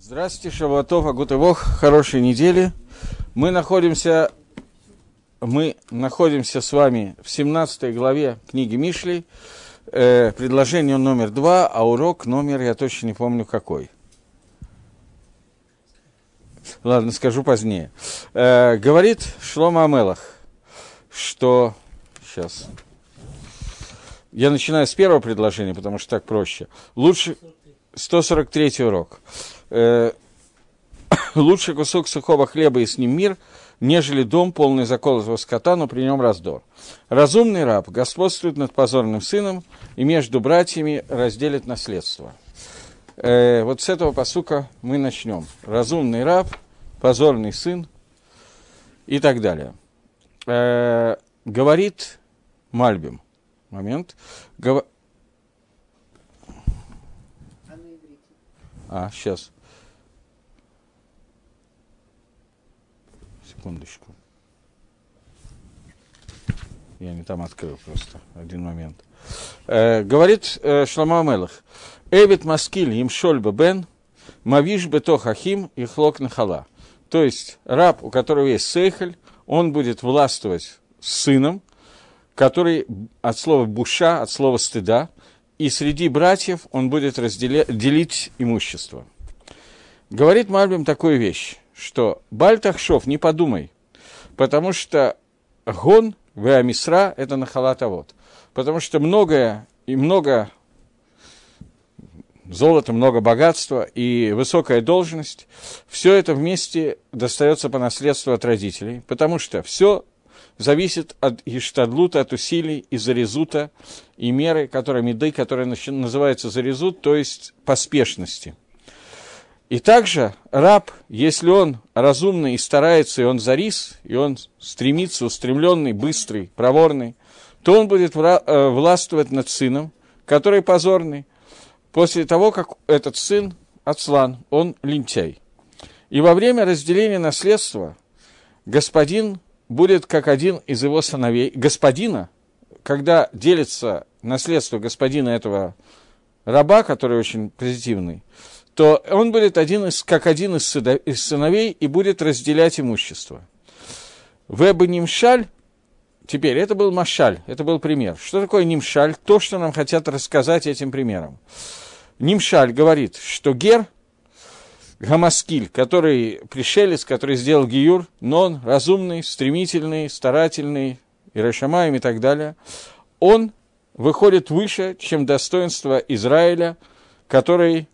Здравствуйте, Шавуатов, Агутывох, хорошей недели. Мы находимся с вами в 17 главе книги Мишлей, предложение номер 2, а урок номер, я точно не помню какой. Ладно, скажу позднее. Говорит Шломо Амелах, что... Сейчас. Я начинаю с первого предложения, потому что так проще. Лучше... 143 урок. Лучше кусок сухого хлеба и с ним мир, нежели дом, полный заколотого скота, но при нем раздор. Разумный раб господствует над позорным сыном и между братьями разделит наследство. Вот с этого пасука мы начнем. Разумный раб, позорный сын и так далее. Говорит Мальбим. Момент. Сейчас. Секундочку. Я не там открыл просто. Один момент. Говорит Шломо Амелах. Эвид маскиль имшоль бен, мавиш бетох ахим и хлок нахала. То есть раб, у которого есть сейхель, он будет властвовать с сыном, который от слова буша, от слова стыда, и среди братьев он будет делить имущество. Говорит Мальбим такую вещь, что Баль Тахшов, не подумай, потому что гон веамисра – это нахалатавод, потому что много золота, много богатства и высокая должность, все это вместе достается по наследству от родителей, потому что все зависит от иштадлута, от усилий и зарезута, и меры, меды, которая называется зарезут, то есть поспешности. И также раб, если он разумный и старается, и он зарис, и он стремится, устремленный, быстрый, проворный, то он будет властвовать над сыном, который позорный, после того, как этот сын, ацлан, он лентяй. И во время разделения наследства господин будет как один из его сыновей, господина, когда делится наследство господина этого раба, который очень позитивный, то он будет как один из сыновей и будет разделять имущество. Веба нимшаль, теперь это был машаль, это был пример. Что такое нимшаль? То, что нам хотят рассказать этим примером. Нимшаль говорит, что гер, Гамаскиль, который пришелец, который сделал гиюр, но он разумный, стремительный, старательный, Иерушалаим и так далее, он выходит выше, чем достоинство Израиля, который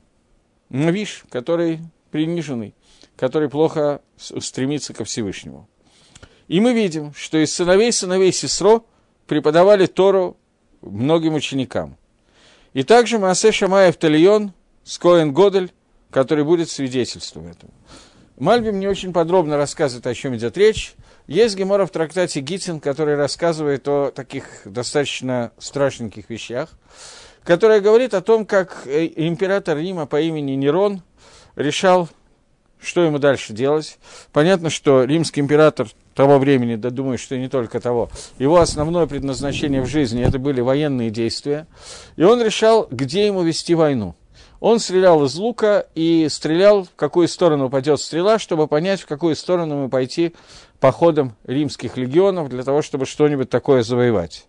навиш, который приниженный, который плохо стремится ко Всевышнему. И мы видим, что из сыновей Сисро преподавали Тору многим ученикам. И также Маасе Шамаев Талион с Коэн Годель, который будет свидетельством этому. Мальбим не очень подробно рассказывает, о чем идет речь. Есть гемора в трактате Гитин, который рассказывает о таких достаточно страшненьких вещах, которая говорит о том, как император Рима по имени Нерон решал, что ему дальше делать. Понятно, что римский император того времени, да думаю, что не только того, его основное предназначение в жизни – это были военные действия, и он решал, где ему вести войну. Он стрелял из лука и стрелял, в какую сторону упадет стрела, чтобы понять, в какую сторону ему пойти походом римских легионов, для того, чтобы что-нибудь такое завоевать.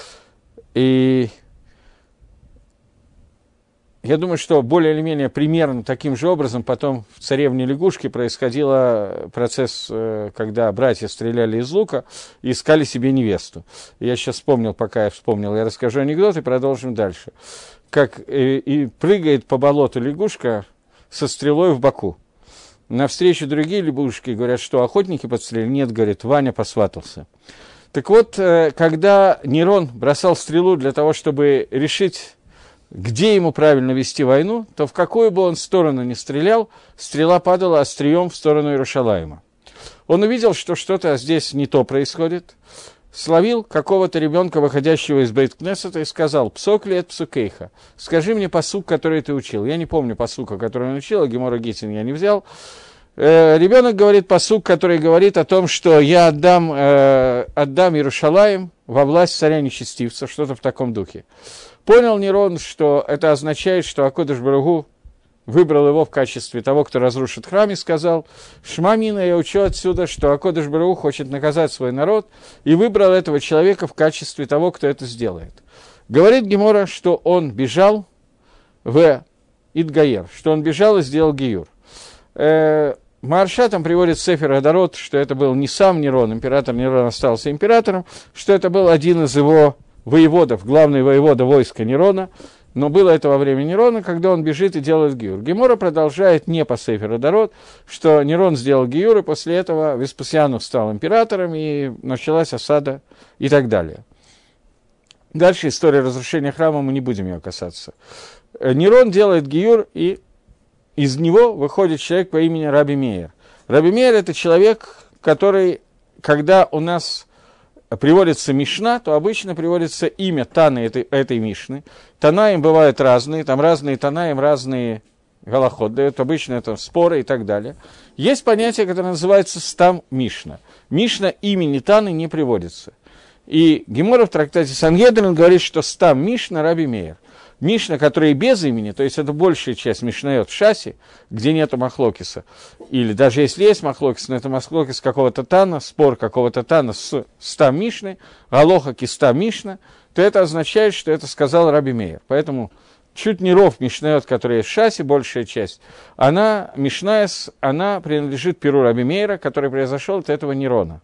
И я думаю, что более или менее примерно таким же образом потом в «Царевне лягушки» происходил процесс, когда братья стреляли из лука и искали себе невесту. Я сейчас вспомнил, я расскажу анекдот и продолжим дальше. Как и прыгает по болоту лягушка со стрелой в боку. Навстречу другие лягушки говорят, что охотники подстрелили. Нет, говорит, Ваня посватался. Так вот, когда Нерон бросал стрелу для того, чтобы решить, где ему правильно вести войну, то в какую бы он сторону ни стрелял, стрела падала острием в сторону Иерушалаима. Он увидел, что что-то здесь не то происходит, словил какого-то ребенка, выходящего из Бейт-Кнессета, и сказал: «Псок ли это псукейха? Скажи мне пасук, который ты учил». Я не помню пасука, который он учил, а Гемора Гитин я не взял. Ребенок говорит пасук, который говорит о том, что я отдам Иерушалаим во власть царя нечестивца, что-то в таком духе. Понял Нерон, что это означает, что Акодыш Барух Ху выбрал его в качестве того, кто разрушит храм, и сказал: «Шма мина, я учу отсюда, что Акодыш Барух хочет наказать свой народ», и выбрал этого человека в качестве того, кто это сделает. Говорит Гемора, что он бежал в Идгаер, что он бежал и сделал гиюр. Маарша там приводит Сефер Адарот, что это был не сам Нерон, император Нерон остался императором, что это был один из его воеводов, главный воевода войска Нерона, но было это во время Нерона, когда он бежит и делает гиюр. Гемора продолжает не по Сефер Адарот, что Нерон сделал гиюр, и после этого Веспасианус стал императором, и началась осада и так далее. Дальше история разрушения храма, мы не будем ее касаться. Нерон делает гиюр, и из него выходит человек по имени Раби Меир. Раби Меир – это человек, который, когда у нас приводится Мишна, то обычно приводится имя Таны этой Мишны. Танаим бывают разные, там разные Танаим, разные галахот дают, обычно это споры и так далее. Есть понятие, которое называется Стам Мишна. Мишна имени Таны не приводится. И Гемора в трактате Сангедрин говорит, что Стам Мишна Раби Меир. Мишна, которая без имени, то есть это большая часть Мишнайот в Шасе, где нету Махлокиса, или даже если есть Махлокис, но это Махлокис какого-то Тана, спор какого-то Тана с 100 Мишны, Галоха Киста Мишна, то это означает, что это сказал Раби Меир. Поэтому чуть не ров Мишнайот, которая есть в Шасе, большая часть, она, Мишнаес, она принадлежит перу Раби Меира, который произошел от этого Нерона.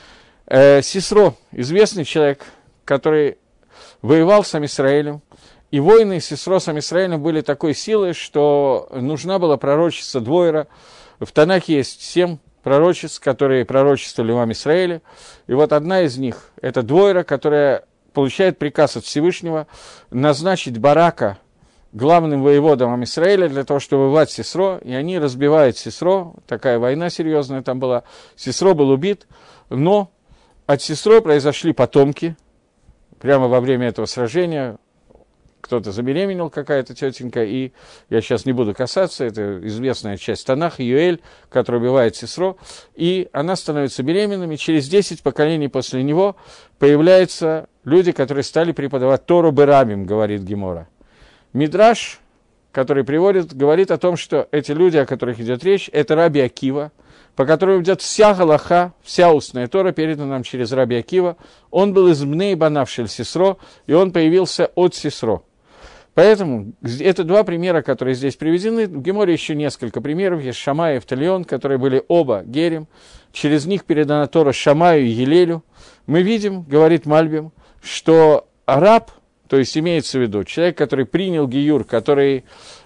Сисро, известный человек, который воевал с Амисраэлем, и войны Сисро с Амисраэлем были такой силой, что нужна была пророчица Двойра. В Танахе есть 7 пророчиц, которые пророчествовали в Амисраэле. И вот одна из них – это Двойра, которая получает приказ от Всевышнего назначить Барака главным воеводом Амисраэля для того, чтобы воевать Сисро. И они разбивают Сисро. Такая война серьезная там была. Сисро был убит, но от Сисро произошли потомки. Прямо во время этого сражения кто-то забеременел, какая-то тетенька, и я сейчас не буду касаться, это известная часть Танаха, Юэль, который убивает Сисро, и она становится беременной, и через 10 поколений после него появляются люди, которые стали преподавать Тору Берамим, говорит Гемора. Мидраш, который приводит, говорит о том, что эти люди, о которых идет речь, это Раби Акива, по которому идет вся галаха, вся устная Тора, передана нам через Раби Акива. Он был из Бней Банавшель Сисро, и он появился от Сисро. Поэтому это 2 примера, которые здесь приведены. В Геморе еще несколько примеров. Есть Шамай и Эвталион, которые были оба герем. Через них передана Тора Шамаю и Елелю. Мы видим, говорит Мальбим, что раб, то есть имеется в виду человек, который принял гиюр, который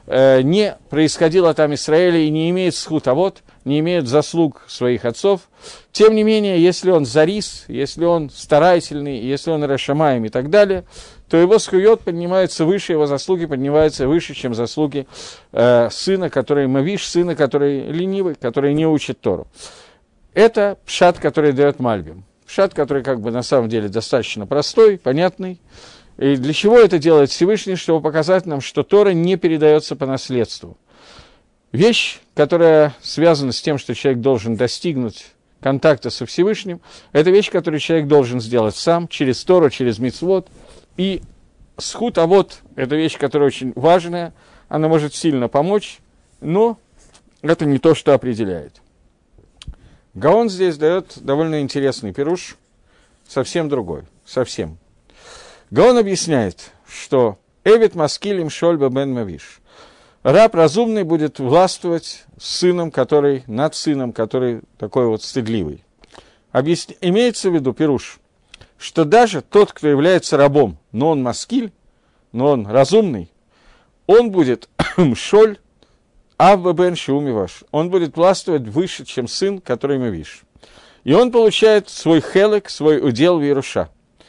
не происходил от Ам-Исраэля и не имеет схут-авот, не имеет заслуг своих отцов. Тем не менее, если он зарис, если он старательный, если он рашамаем и так далее, то его схуйот поднимается выше, его заслуги поднимаются выше, чем заслуги сына, который мавиш, сына, который ленивый, который не учит Тору. Это пшат, который дает Мальбим. Пшат, который как бы на самом деле достаточно простой, понятный. И для чего это делает Всевышний? Чтобы показать нам, что Тора не передается по наследству. Вещь, которая связана с тем, что человек должен достигнуть контакта со Всевышним, это вещь, которую человек должен сделать сам, через Тору, через мицвот. И схут авот – это вещь, которая очень важная, она может сильно помочь, но это не то, что определяет. Гаон здесь дает довольно интересный пируш, совсем другой, совсем. Гаон объясняет, что «Эвет маскилим шольба бен мавиш». Раб разумный будет властвовать над сыном, который такой вот стыдливый. Имеется в виду, пируш, что даже тот, кто является рабом, но он маскиль, но он разумный, он будет мшоль, авва бен шиумиваш. Он будет властвовать выше, чем сын, который мавиш. И он получает свой хелек, свой удел в Еруша.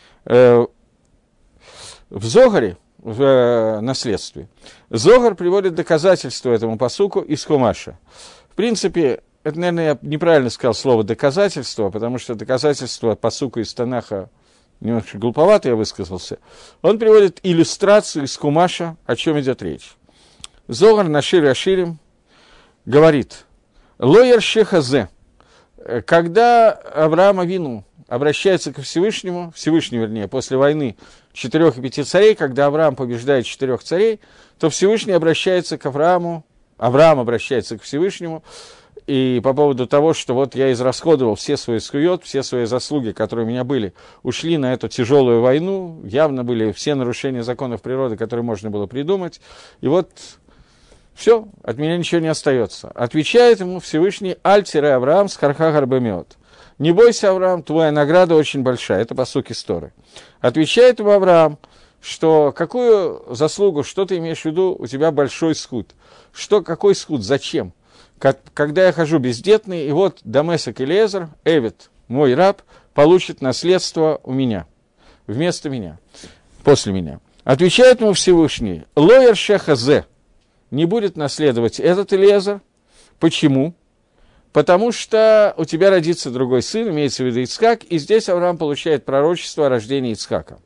В Зогаре, в наследстве, Зогар приводит доказательства этому пасуку из Хумаша. В принципе, это, наверное, я неправильно сказал слово «доказательство», потому что доказательство пасука из Танаха немножко глуповато я высказался. Он приводит иллюстрацию из Хумаша, о чем идет речь. Зогар на Шире Аширим говорит: «Лоер шехазе». Когда Авраам Авину обращается ко Всевышнему, Всевышний, вернее, после войны 4 и 5 царей, когда Авраам побеждает 4 царей, то Всевышний обращается к Аврааму Авраам обращается к Всевышнему, и по поводу того, что вот я израсходовал все свои скуйот, все свои заслуги, которые у меня были, ушли на эту тяжелую войну, явно были все нарушения законов природы, которые можно было придумать, и вот все, от меня ничего не остается. Отвечает ему Всевышний: «Аль-тире Авраам с хархагар бемеот». «Не бойся, Авраам, твоя награда очень большая». Это пасук из Торы. Отвечает ему Авраам, что какую заслугу, что ты имеешь в виду, у тебя большой скут. Что, какой скут, зачем? Когда я хожу бездетный, и вот Дамесек Элиэзер, Эвид, мой раб, получит наследство у меня, вместо меня, после меня. Отвечает ему Всевышний: «Лоер шехазе», не будет наследовать этот Элиэзер. Почему? Потому что у тебя родится другой сын, имеется в виду Ицхак, и здесь Авраам получает пророчество о рождении Ицхака.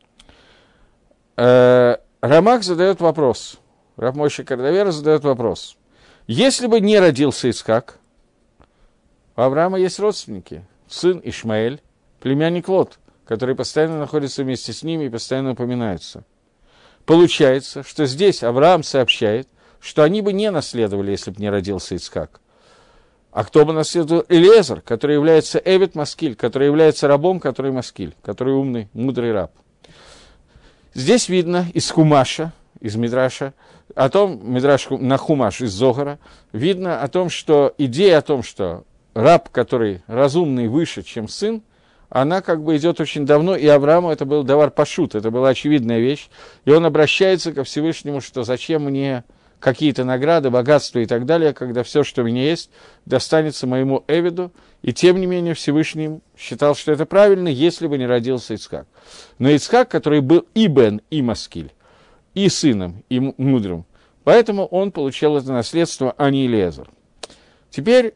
Рамак задает вопрос, Рав Мойше Кардавера задает вопрос. Если бы не родился Ицхак, у Авраама есть родственники, сын Ишмаэль, племянник Лот, который постоянно находится вместе с ними и постоянно упоминаются. Получается, что здесь Авраам сообщает, что они бы не наследовали, если бы не родился Ицхак. А кто бы наследовал? Элиэзер, который является Эвид Маскиль, который является рабом, который Маскиль, который умный, мудрый раб. Здесь видно из Хумаша, из Мидраша, о том, Мидраш на Хумаш из Зогара, видно о том, что идея о том, что раб, который разумный выше, чем сын, она как бы идет очень давно, и Аврааму это был давар пашут, это была очевидная вещь, и он обращается ко Всевышнему, что зачем мне какие-то награды, богатства и так далее, когда все, что у меня есть, достанется моему Эвиду, и тем не менее Всевышний считал, что это правильно, если бы не родился Ицхак. Но Ицхак, который был и Бен, и Маскиль, и сыном, и мудрым, поэтому он получил это наследство, а не Элиэзер. Теперь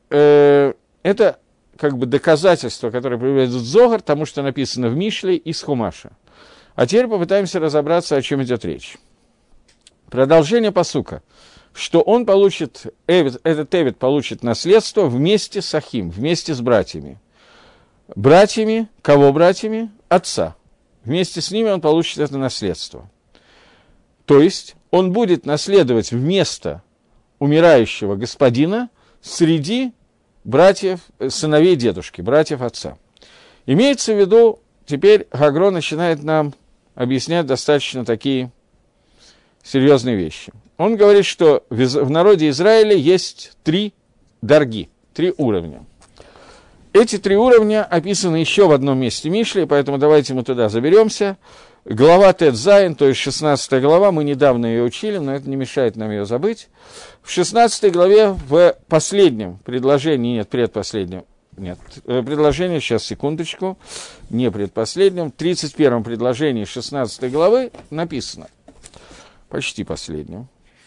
это как бы доказательство, которое приводит Зогар, тому, что написано в Мишле из Хумаша. А теперь попытаемся разобраться, о чем идет речь. Продолжение пасука, что он получит, этот Эвид получит наследство вместе с Ахим, вместе с братьями. Братьями, кого братьями? Отца. Вместе с ними он получит это наследство. То есть он будет наследовать вместо умирающего господина среди братьев, сыновей дедушки, братьев отца. Имеется в виду, теперь Гагро начинает нам объяснять достаточно такие серьезные вещи. Он говорит, что в народе Израиля есть 3 дарги, 3 уровня. Эти 3 уровня описаны еще в одном месте Мишли, поэтому давайте мы туда заберемся. Глава Тет Зайн, то есть 16 глава, мы недавно ее учили, но это не мешает нам ее забыть. В 16 главе, в последнем предложении, нет, предпоследнем, нет, предложение, сейчас, секундочку, не предпоследнем, 31 предложении 16 главы написано, почти последнем,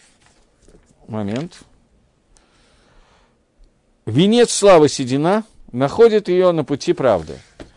момент. Венец славы седина находит ее на пути правды.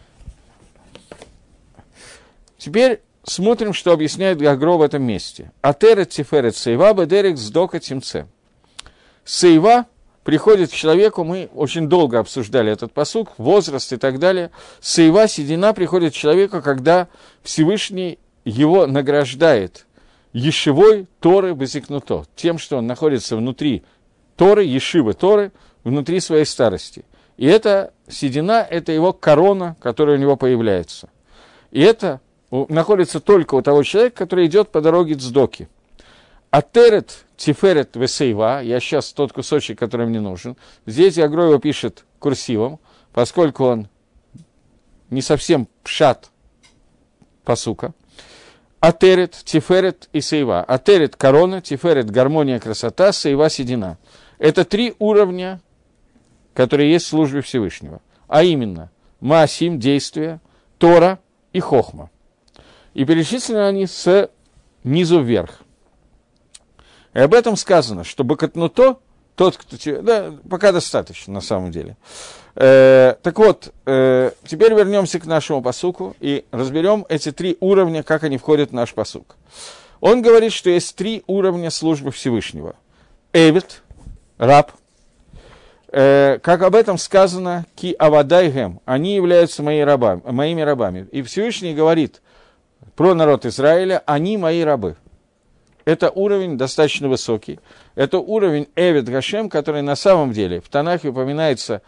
Теперь смотрим, что объясняет Гагро в этом месте. Атерет тиферет сейва бедерек сдока тимце. Сейва приходит к человеку, мы очень долго обсуждали этот пасук, возраст и так далее. Сейва, седина, приходит к человеку, когда Всевышний его награждает ешивой Торы безикнуто, тем, что он находится внутри Торы, ешивы Торы, внутри своей старости. И эта седина, это его корона, которая у него появляется. И это находится только у того человека, который идет по дороге Цдоки. Атерет тиферет весейва, я сейчас тот кусочек, который мне нужен. Здесь Гагро его пишет курсивом, поскольку он не совсем пшат пасука. Атерет, тиферет и сейва. Атерет – корона, тиферет – гармония, красота, сейва – седина. Это 3 уровня, которые есть в службе Всевышнего. А именно, маасим – действия, Тора и хохма. И перечислены они с низу вверх. И об этом сказано, что бакатнуто, тот, кто... Да, пока достаточно, на самом деле. Так вот, теперь вернемся к нашему пасуку и разберем эти 3 уровня, как они входят в наш пасук. Он говорит, что есть 3 уровня службы Всевышнего. Эвид, раб, как об этом сказано, ки авадайгем, они являются моими рабами. И Всевышний говорит про народ Израиля, они мои рабы. это уровень достаточно высокий. Это уровень Эвед Гашем, который на самом деле в Танахе упоминается...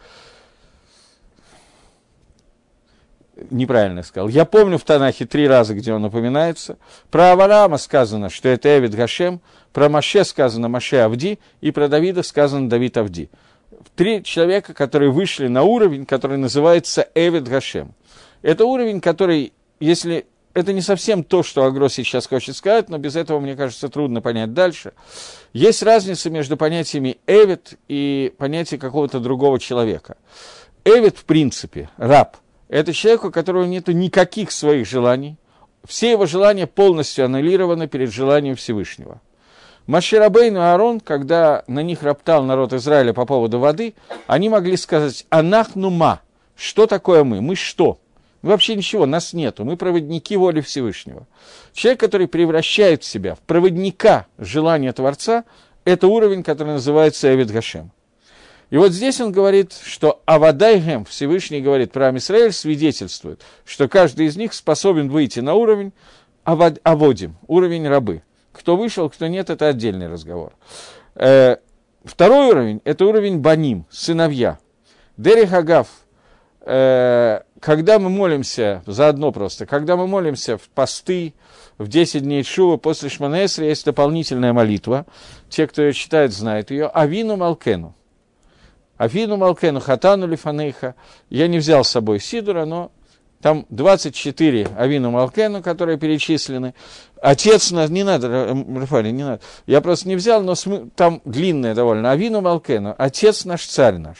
Неправильно сказал. Я помню в Танахе 3 раза, где он упоминается. Про Авраама сказано, что это Эвед Гашем. Про Моше сказано Моше Авди. И про Давида сказано Давид Авди. 3 человека, которые вышли на уровень, который называется Эвед Гашем. Это уровень, который, если... Это не совсем то, что Агро сейчас хочет сказать, но без этого, мне кажется, трудно понять дальше. Есть разница между понятиями Эвед и понятием какого-то другого человека. Эвед, в принципе, раб. Это человек, у которого нет никаких своих желаний. Все его желания полностью аннулированы перед желанием Всевышнего. Моше Рабейну и Аарон, когда на них роптал народ Израиля по поводу воды, они могли сказать «Анахну ма». Что такое мы? Мы что? Вообще ничего, нас нету. Мы проводники воли Всевышнего. Человек, который превращает себя в проводника желания Творца, это уровень, который называется Эвед Гашем. И вот здесь он говорит, что Авадайгем, Всевышний говорит про Ам-Исраэль, свидетельствует, что каждый из них способен выйти на уровень Аводим, уровень рабы. Кто вышел, кто нет, это отдельный разговор. Второй уровень – это уровень Баним, сыновья. Дерих Агав, когда мы молимся, заодно просто, когда мы молимся в посты, в 10 дней Шува, после Шмона Эсрей, есть дополнительная молитва. Те, кто ее читает, знают ее. Авину Малкену. Авину Малкену, Хатану Лифанейха. Я не взял с собой Сидура, но там 24 Авину Малкену, которые перечислены. Отец наш, не надо, Рафаэль, не надо. Я просто не взял, но там длинное довольно. Авину Малкену, Отец наш, Царь наш.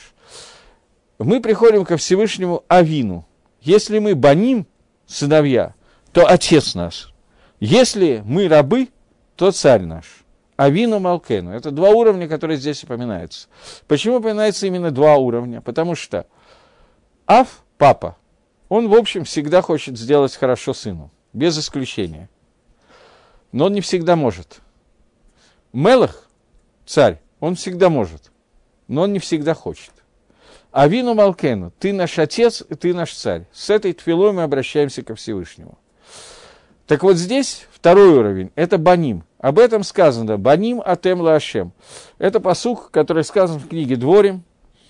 Мы приходим ко Всевышнему Авину. Если мы баним, сыновья, то Отец наш. Если мы рабы, то Царь наш. Авину Малкену. Это 2 уровня, которые здесь упоминаются. Почему упоминается именно 2 уровня? Потому что Ав, папа, он, в общем, всегда хочет сделать хорошо сыну, без исключения. Но он не всегда может. Мелах, царь, он всегда может, но он не всегда хочет. Авину Малкену, ты наш отец, и ты наш царь. С этой тфилой мы обращаемся ко Всевышнему. Так вот здесь 2 уровень, это Баним. Об этом сказано, Баним Атем Лаашем. Это пасук, который сказан в книге Дворим.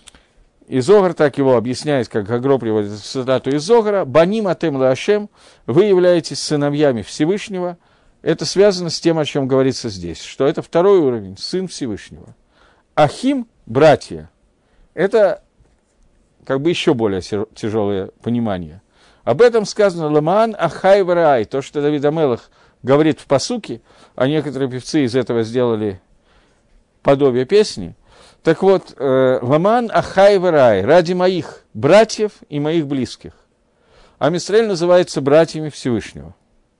И Зогар так его объясняет, как Агро приводит цитату из Зогара. Баним Атем Лаашем, вы являетесь сыновьями Всевышнего. Это связано с тем, о чем говорится здесь, что это 2 уровень, сын Всевышнего. Ахим, братья, это как бы еще более тяжелое понимание. Об этом сказано Ламаан Ахай Вараай, то, что Давид Амелах говорит в пасуке, а некоторые певцы из этого сделали подобие песни. Так вот, Ламаан Ахай Вараай, ради моих братьев и моих близких. Ам-Исраэль называется братьями Всевышнего.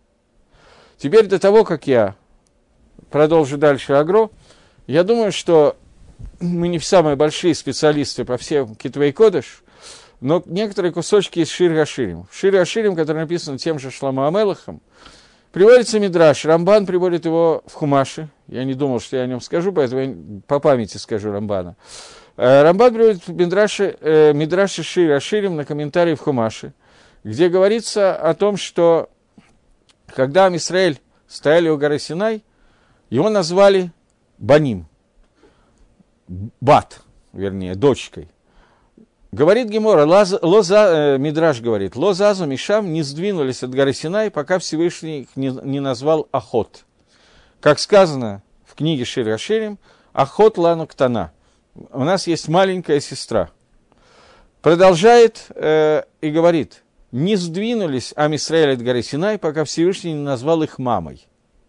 Теперь до того, как я продолжу дальше Агро, я думаю, что мы не самые большие специалисты по всем Китвей Кодеш, но некоторые кусочки из Шир Гаширим. В Шир Гаширим, который написан тем же Шломо Амелахом, приводится Мидраш. Рамбан приводит его в Хумаше. Я не думал, что я о нем скажу, поэтому я по памяти скажу Рамбана. Рамбан приводит в Мидраше Шир Гаширим на комментарии в Хумаше, где говорится о том, что когда Ам-Исраэль стояли у горы Синай, его назвали Баним, Бат, вернее, дочкой. Говорит Гемора, Мидраш говорит, Лозазу Мишам не сдвинулись от горы Синай, пока Всевышний их не назвал Ахот. Как сказано в книге Шир Гаширим, Ахот лану ктана. У нас есть маленькая сестра. Продолжает и говорит, не сдвинулись Ам-Исраэль от горы Синай, пока Всевышний не назвал их мамой.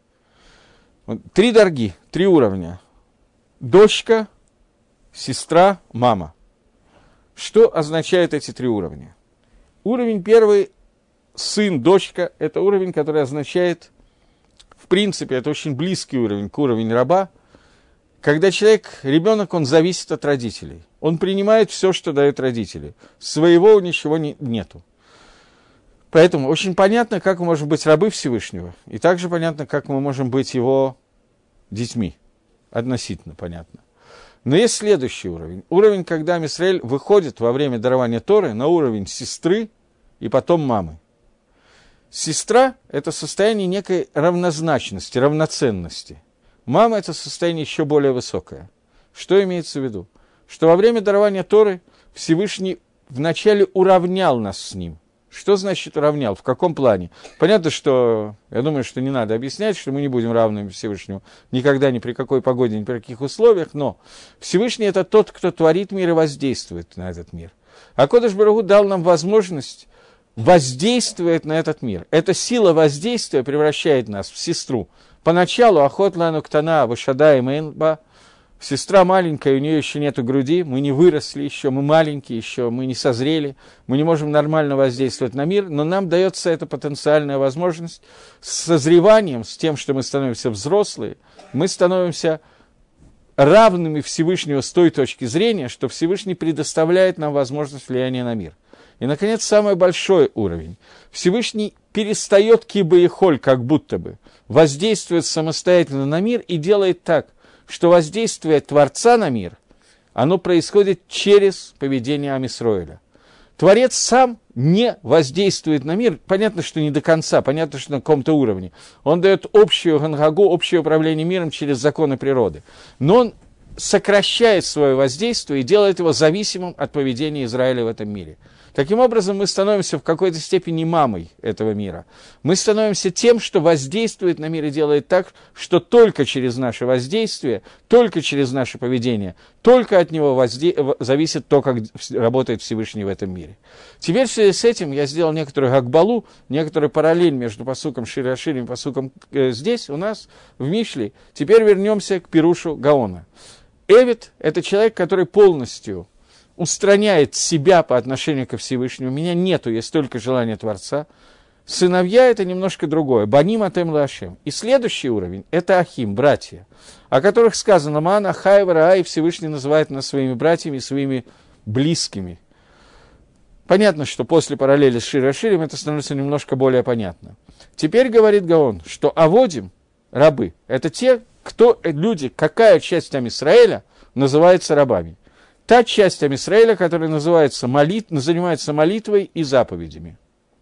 3 дорги, 3 уровня. Дочка, сестра, мама. Что означают эти 3 уровня? Уровень первый, сын, дочка, это уровень, который означает, в принципе, это очень близкий уровень к уровню раба, когда человек, ребенок, он зависит от родителей. Он принимает все, что дают родители. Своего ничего нету. Поэтому очень понятно, как мы можем быть рабы Всевышнего, и также понятно, как мы можем быть его детьми. Относительно понятно. Но есть следующий уровень. Уровень, когда Ам-Исраэль выходит во время дарования Торы на уровень сестры и потом мамы. Сестра – это состояние некой равнозначности, равноценности. Мама – это состояние еще более высокое. Что имеется в виду? Что во время дарования Торы Всевышний вначале уравнял нас с ним. Что значит уравнял? В каком плане? Понятно, что, я думаю, что не надо объяснять, что мы не будем равными Всевышнему никогда, ни при какой погоде, ни при каких условиях, но Всевышний – это тот, кто творит мир и воздействует на этот мир. А Кодеш Барух Ху дал нам возможность воздействовать на этот мир. Эта сила воздействия превращает нас в сестру. Поначалу Ахот Лану Ктана Вашада и Мейнба. Сестра маленькая, у нее еще нету груди, мы не выросли еще, мы маленькие еще, мы не созрели, мы не можем нормально воздействовать на мир, но нам дается эта потенциальная возможность с созреванием, с тем, что мы становимся взрослые, мы становимся равными Всевышнего с той точки зрения, что Всевышний предоставляет нам возможность влияния на мир. И, наконец, самый большой уровень. Всевышний перестает киба и холь, как будто бы, воздействует самостоятельно на мир и делает так, что воздействие Творца на мир, оно происходит через поведение Ам Исроэля. Творец сам не воздействует на мир, понятно, что не до конца, понятно, что на каком-то уровне. Он дает общую гангагу, общее управление миром через законы природы. Но он сокращает свое воздействие и делает его зависимым от поведения Израиля в этом мире. Таким образом, мы становимся в какой-то степени мамой этого мира. Мы становимся тем, что воздействует на мир и делает так, что только через наше воздействие, только через наше поведение, только от него зависит то, как работает Всевышний в этом мире. Теперь в связи с этим я сделал некоторую гакбалу, некоторую параллель между пасуком Шир Аширим и пасуком здесь, у нас, в Мишле. Теперь вернемся к Пирушу Гаона. Эвид – это человек, который полностью устраняет себя по отношению ко Всевышнему. У меня нету, есть только желание Творца. Сыновья – это немножко другое. Баним атем лашем. И следующий уровень – это ахим, братья, о которых сказано «Ман ахай вараа», и Всевышний называет нас своими братьями, своими близкими. Понятно, что после параллели с Шир Аширим это становится немножко более понятно. Теперь говорит Гаон, что аводим, рабы, это те, кто, люди, какая часть Ам Исраэля называется рабами. Та часть Ам Исраэля, которая называется занимается молитвой и заповедями.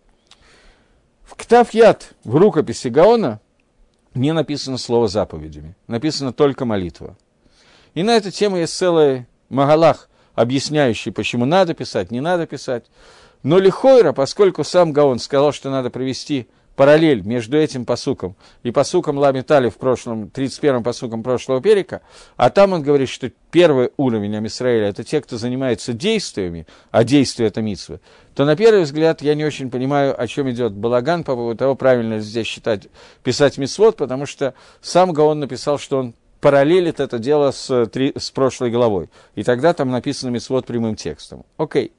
В Ктав Яд, в рукописи Гаона, не написано слово «заповедями», написано только «молитва». И на эту тему есть целый магалах, объясняющий, почему надо писать, не надо писать. Но лихойра, поскольку сам Гаон сказал, что надо провести параллель между этим пасуком и пасуком Ламитали в прошлом, 31-м пасуком прошлого перика, а там он говорит, что первый уровень Ам Исраэля – это те, кто занимается действиями, а действие – это мицвы, то на первый взгляд я не очень понимаю, о чем идет балаган по поводу того, правильно ли здесь писать мицвот, потому что сам Гаон написал, что он параллелит это дело с прошлой главой, и тогда там написано мицвот прямым текстом. Окей.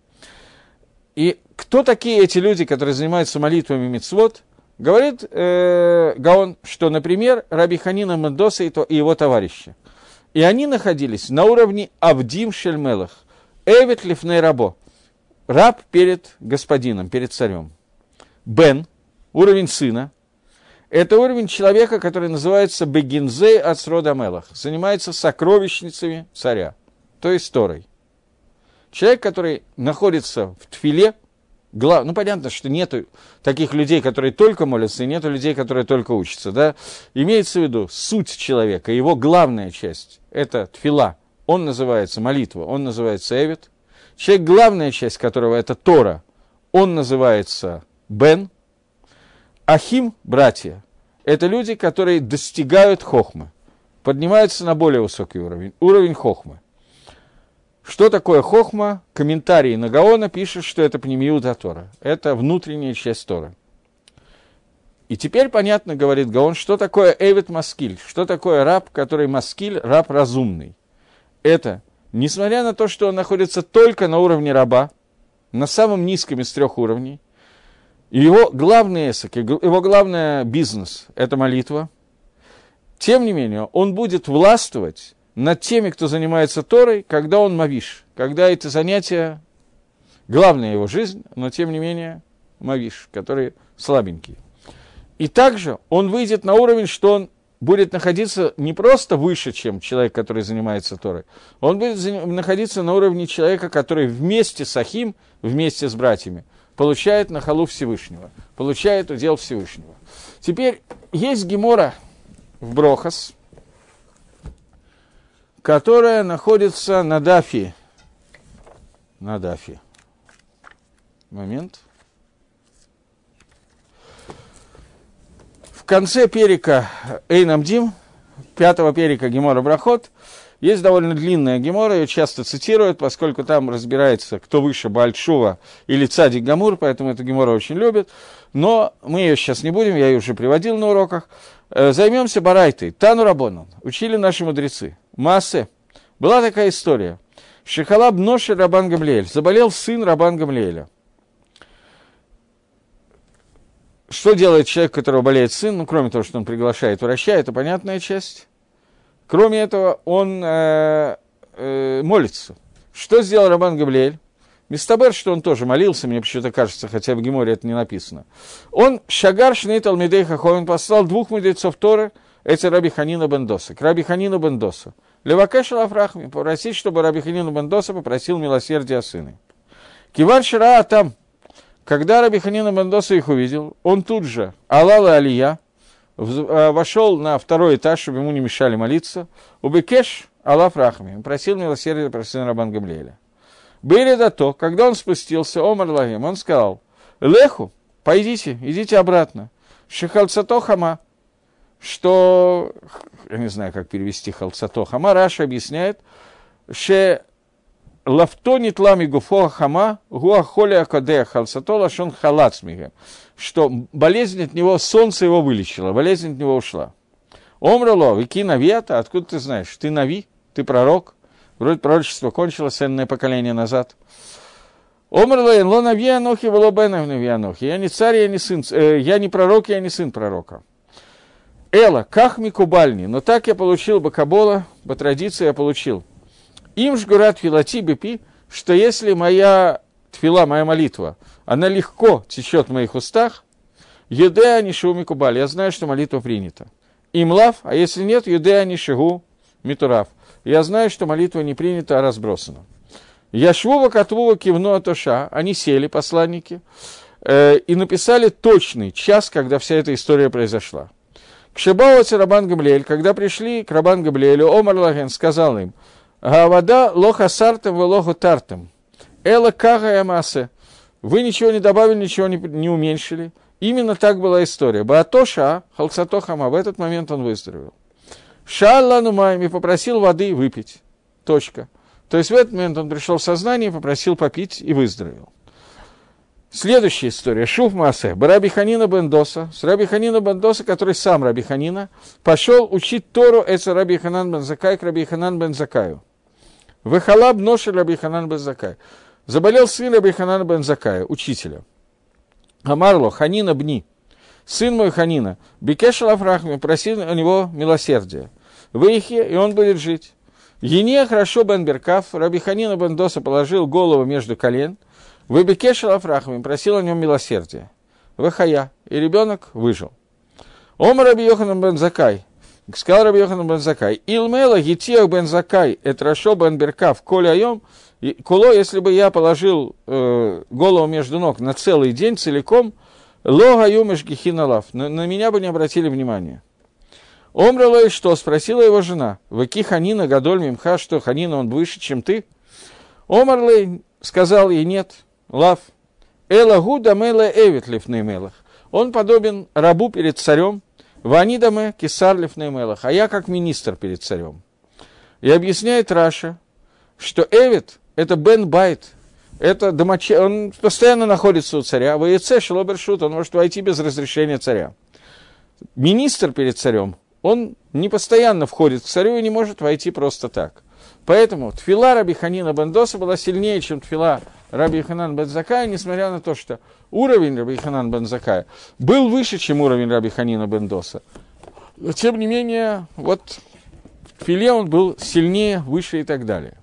И кто такие эти люди, которые занимаются молитвами мицвот? Говорит Гаон, что, например, Раби Ханина Мендоса и его товарищи. И они находились на уровне Авдим Шельмелах, Эвет Лифней Рабо, раб перед господином, перед царем. Бен, уровень сына, это уровень человека, который называется Бегинзей Ацрода Мелах, занимается сокровищницами царя, то есть Торой. Человек, который находится в тфиле, понятно, что нету таких людей, которые только молятся, и нету людей, которые только учатся, да. Имеется в виду суть человека, его главная часть – это тфила, он называется молитва, он называется эвид. Человек, главная часть которого – это Тора, он называется бен. Ахим, братья, это люди, которые достигают хохмы, поднимаются на более высокий уровень, уровень хохмы. Что такое хохма? Комментарий на Гаона пишет, что это пнемиут Тора. Это внутренняя часть Торы. И теперь понятно, говорит Гаон, что такое эвид маскиль, что такое раб, который маскиль, раб разумный. Это, несмотря на то, что он находится только на уровне раба, на самом низком из 3 уровней, его главный эсок, его главный бизнес – это молитва, тем не менее, он будет властвовать над теми, кто занимается Торой, когда он мавиш, когда это занятие, главная его жизнь, но тем не менее мавиш, который слабенький. И также он выйдет на уровень, что он будет находиться не просто выше, чем человек, который занимается Торой, он будет находиться на уровне человека, который вместе с Ахим, вместе с братьями, получает нахалу Всевышнего, получает удел Всевышнего. Теперь есть гемора в Брохас, которая находится на дафе. На дафе. Момент. В конце перика Эйнамдим, 5-го перика Гемора Брахот, есть довольно длинная гемора, ее часто цитируют, поскольку там разбирается, кто выше Бааль-Тшува или Цадик Гамур, поэтому эту гемора очень любят. Но мы ее сейчас не будем, я ее уже приводил на уроках. Займемся барайтой. Тану Рабонан. Учили наши мудрецы. Маасе. Была такая история. Шехалаб Ноши Рабан Гамлиэль. Заболел сын Рабан Гамлиэля. Что делает человек, у которого болеет сын? Ну, кроме того, что он приглашает врача, это понятная часть. Кроме этого, он молится. Что сделал Рабан Гамлиэль? Мистабер, что он тоже молился, мне почему-то кажется, хотя в Геморе это не написано. Он шагар шней талмидей хахомин, послал 2 мудрецов Торы, это Раби Ханина бен Доса, к Раби Ханину бен Доса. Левакеш лафрахми, попросить, чтобы Раби Ханину бен Доса попросил милосердия о сыне. Киван Шираа там, когда Раби Ханина бен Доса их увидел, он тут же, алала алия, вошел на 2-й этаж, чтобы ему не мешали молиться, убекеш алафрахми, просил милосердия про сына Рабан Гамлиэля. Были да то, когда он спустился, Омар Лагим, он сказал, Леху, пойдите, идите обратно. Шехалцато хама, что, я не знаю, как перевести халцато хама, Раша объясняет, ше лафтонит лами гуфо хама, гуахоля кадея халцато лашон халацмига, что болезнь от него, солнце его вылечило, болезнь от него ушла. Омрало, вики навета, откуда ты знаешь, ты нави, ты пророк. Вроде пророчество кончилось энное поколение назад. Омрлайн ло нави анохи волобенов нави анохи. Я не царь, я не сын, я не пророк, я не сын пророка. Эла, кахми кубальни. Но так я получил бы кабола, по традиции я получил. Им жгурат филати бепи, что если моя тфила, моя молитва, она легко течет в моих устах, едеа не шуми кубаль. Я знаю, что молитва принята. Им лав, а если нет, едеа не шигу митурав. Я знаю, что молитва не принята, а разбросана. Яшвува Катвува Кивну Атоша, они сели, посланники, и написали точный час, когда вся эта история произошла. К Шебауаце Рабан Гамлиэль, когда пришли к Рабан Гамлиэлю, Омар Лаген сказал им, Гавада лоха сартем велоху тартем, эла кага ямасе, вы ничего не добавили, ничего не уменьшили. Именно так была история. Баатоша, халцатохама, в этот момент он выздоровел. Шаллану майми, попросил воды выпить. Точка. То есть в этот момент он пришел в сознание, попросил попить и выздоровел. Следующая история. Шуф Маасе. Раби Ханина бен Доса. С Раби Ханина бен Доса, который сам Раби Ханина, пошел учить Тору это Раби Ханан бен Закай к Раби Ханан бен Закаю. Вехалаб ноши Раби Ханан бен Закай. Заболел сын Раби Ханана бен Закая, учителя. Амарло Ханина бни. Сын мой Ханина, Бекеш Лафрахми, просил у него милосердия. Выехи, и он будет жить. Ене хорошо бен Беркав, Раби Ханина бен Доса положил голову между колен. Вы Бекеш Лафрахми, просил о нем милосердия. Выхая, и ребенок выжил. Омар Раби Йоханан бен Закай, сказал Раби Йоханан бен Закай, Илмела Гитиах бен Закай, Этрашо бен Беркав, Коля Айом, Куло, если бы я положил голову между ног на целый день целиком, Лога юмеш гихиналав, на меня бы не обратили внимания. Омрала и что? Спросила его жена. Ваки Ханина Гадоль Мимха, что Ханина он выше, чем ты? Омрлей сказал ей нет. Лав. Эла гуда мела эвит лифней мелах. Он подобен рабу перед царем. Ванидаме кисар лифней мелах. А я как министр перед царем. И объясняет Раша, что эвит это бен байт. Это он постоянно находится у царя. В яйце шелобершут, он может войти без разрешения царя. Министр перед царем, он не постоянно входит к царю и не может войти просто так. Поэтому тфила Раби Ханина бен Доса была сильнее, чем тфила Раби Ханан бен Закая, несмотря на то, что уровень Раби Ханан бен Закая был выше, чем уровень Раби Ханина бен Доса. Но, тем не менее, вот в тфиле он был сильнее, выше и так далее.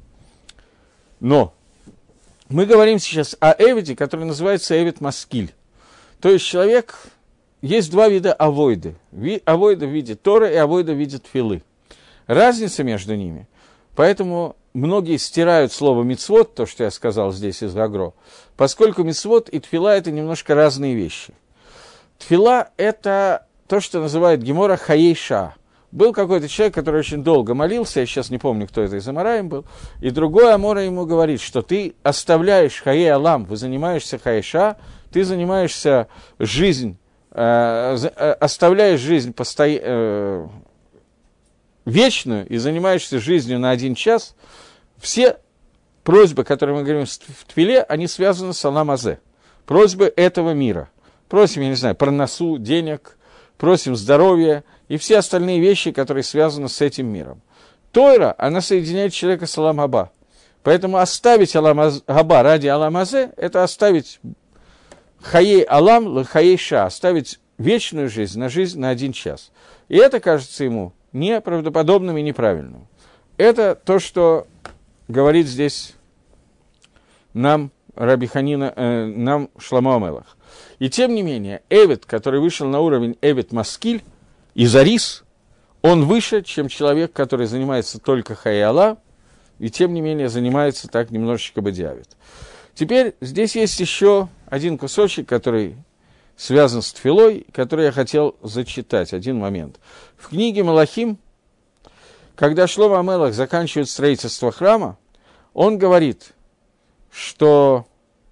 Но мы говорим сейчас о эвиде, который называется эвид маскиль. То есть человек, есть два вида авойды. Авойда в виде Торы и авойда в виде тфилы. Разница между ними. Поэтому многие стирают слово мицвот, то, что я сказал здесь из Гагро, поскольку мицвот и тфила – это немножко разные вещи. Тфила – это то, что называют Гемора хаейша. Был какой-то человек, который очень долго молился, я сейчас не помню, кто это из Амараим был, и другой Амора ему говорит, что ты оставляешь Хае Алам, вы занимаешься Хаеша, ты занимаешься жизнь, оставляешь жизнь вечную и занимаешься жизнью на 1 час, все просьбы, которые мы говорим в Твиле, они связаны с Алам Азе, просьбы этого мира. Просим, я не знаю, про носу, денег, просим здоровья и все остальные вещи, которые связаны с этим миром. Тойра, она соединяет человека с Алам Хаба. Поэтому оставить Алам Хаба ради Алам Азе, это оставить Хаей Алам, Хаей Ша, оставить вечную жизнь на 1 час. И это кажется ему неправдоподобным и неправильным. Это то, что говорит здесь нам Раби Ханина, нам Шломо ха-Мелех. И тем не менее, Эвид, который вышел на уровень Эвид Маскиль, из Арис, он выше, чем человек, который занимается только Хаей Алам, и тем не менее занимается так немножечко бадиавит. Теперь здесь есть еще один кусочек, который связан с Тфилой, который я хотел зачитать, один момент. В книге Малахим, когда Шломо ха-Мелех заканчивает строительство храма, он говорит, что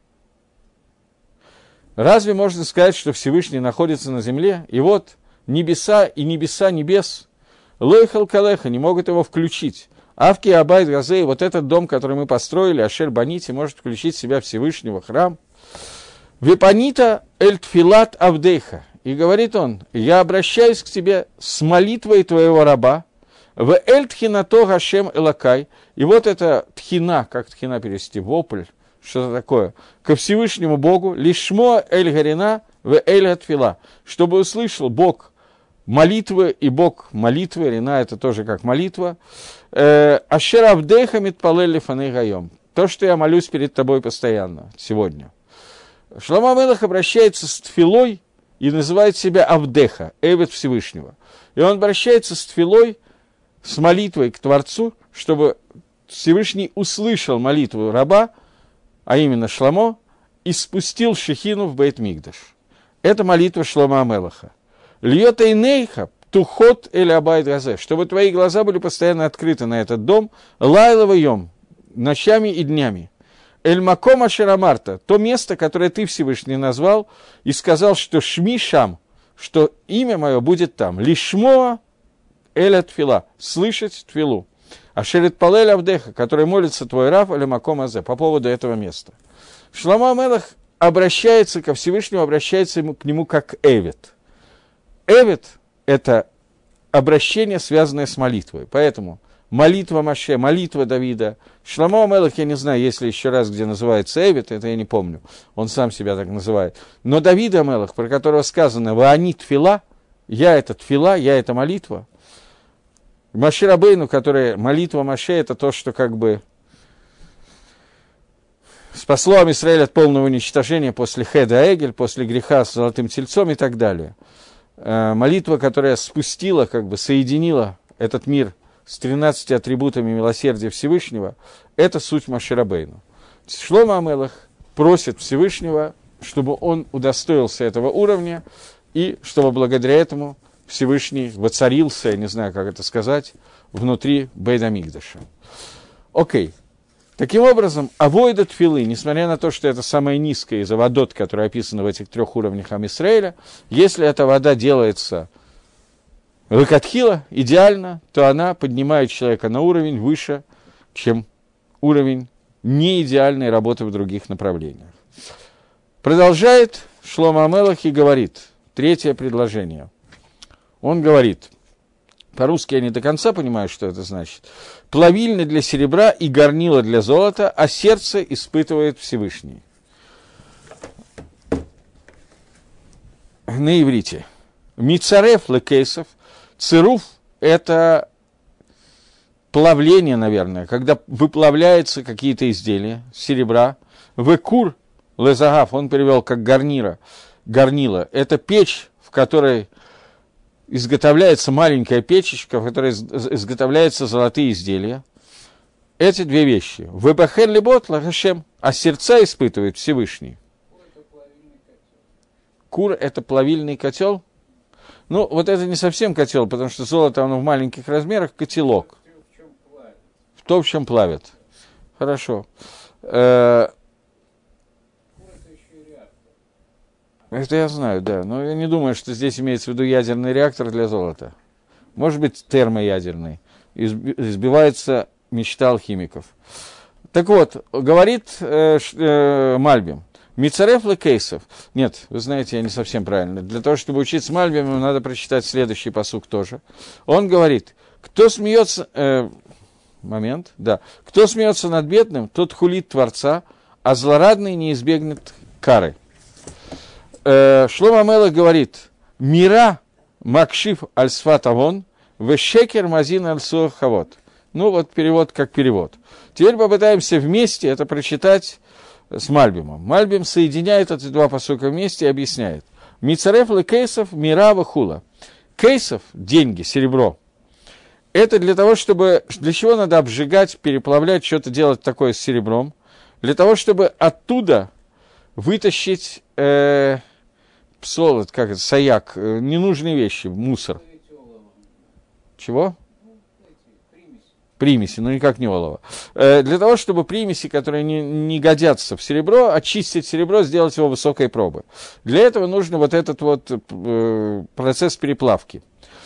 разве можно сказать, что Всевышний находится на земле, и вот небеса и небеса небес, лойхал калеха, не могут его включить. Авки Абайт Газей, вот этот дом, который мы построили, Ашер Банити, может включить в себя Всевышнего храм. Вепанита эль тфилат авдейха. И говорит он, я обращаюсь к тебе с молитвой твоего раба, в эль тхинато гашем элакай. И вот это тхина, как тхина перевести, вопль, что-то такое, ко Всевышнему Богу, лишмо эль гарина в эль атфила, чтобы услышал Бог молитвы и Бог молитвы, рина это тоже как молитва, ашер авдейха митпалель лифаней гайом, то, что я молюсь перед тобой постоянно, сегодня. Шломо ха-Мелех обращается с тфилой и называет себя Авдеха, Эвид Всевышнего. И он обращается с тфилой, с молитвой к Творцу, чтобы Всевышний услышал молитву раба, а именно Шломо, и спустил шехину в Бейт-Микдаш. Это молитва Шломо ха-Мелеха. Льет эйнейха тухот эль абайт газе, чтобы твои глаза были постоянно открыты на этот дом, лайлова йом, ночами и днями. Эль-Маком Ашерамарта, то место, которое ты, Всевышний, назвал, и сказал, что Шми Шам, что имя мое будет там. Лишмоа Эля Тфила, слышать Тфилу. Ашерет Палель Авдеха, который молится твой рав, Эль-Маком Азе, по поводу этого места. Шломо ха-Мелех обращается ко Всевышнему, обращается к нему как Эвид. Эвид – это обращение, связанное с молитвой. Поэтому молитва Моше, молитва Давида. Шломо ха-Мелех, я не знаю, есть ли еще раз, где называется Эвид, это я не помню, он сам себя так называет. Но Давид ха-Мелех, про которого сказано «Ваани тфила», я это тфила, я это молитва. Моше Рабейну, которая молитва Моше, это то, что как бы спасло Ам-Исраэль от полного уничтожения после Хеда Эгель, после греха с золотым тельцом и так далее. Молитва, которая спустила, как бы соединила этот мир с 13 атрибутами милосердия Всевышнего, это суть Моше Рабейну. Шломо ха-Мелех просит Всевышнего, чтобы он удостоился этого уровня, и чтобы благодаря этому Всевышний воцарился, я не знаю, как это сказать, внутри Бейт-Микдаша. Окей. Таким образом, авойда тфилы, несмотря на то, что это самая низкая из аводот, которая описана в этих 3 уровнях Ам-Исраэля, если эта вода делается лакатхила, идеально, то она поднимает человека на уровень выше, чем уровень неидеальной работы в других направлениях. Продолжает Шломо ха-Мелех и говорит, 3 предложение. Он говорит, по-русски я не до конца понимаю, что это значит, плавильня для серебра и горнила для золота, а сердце испытывает Всевышний. На иврите. Мицареф лекейсов, цируф – это плавление, наверное, когда выплавляются какие-то изделия серебра. Векур лезагав, он перевел как гарнира, горнила. Это печь, в которой изготовляется маленькая печечка, в которой изготовляются золотые изделия. Эти 2 вещи. Вебахер либот лагашем, а сердца испытывает Всевышний. Кур – это плавильный котел. Ну, вот это не совсем котел, потому что золото, оно в маленьких размерах, котелок. В том, в чем плавят. Хорошо. Это я знаю, да. Но я не думаю, что здесь имеется в виду ядерный реактор для золота. Может быть, термоядерный. Избивается мечта алхимиков. Так вот, говорит Мальбим. Мицареф лекейсов. Нет, вы знаете, я не совсем правильно. Для того, чтобы учиться Мальбиму, надо прочитать следующий пасук тоже. Он говорит, кто смеется... Кто смеется над бедным, тот хулит Творца, а злорадный не избегнет кары. Шломо Амелех говорит, мира макшив аль-сфат авон, вешекер мазин аль-суахавот. Ну, вот перевод как перевод. Теперь попытаемся вместе это прочитать с Мальбимом. Мальбим соединяет эти два пасука вместе и объясняет. Мицареф ле кейсов мирава хула. Кейсов, деньги, серебро. Это для того, чтобы... Для чего надо обжигать, переплавлять, что-то делать такое с серебром? Для того, чтобы оттуда вытащить псолот, как это, саяк, ненужные вещи, мусор. Чего? Примеси, но никак не олово. Для того, чтобы примеси, которые не годятся в серебро, очистить серебро, сделать его высокой пробы. Для этого нужно вот этот вот процесс переплавки.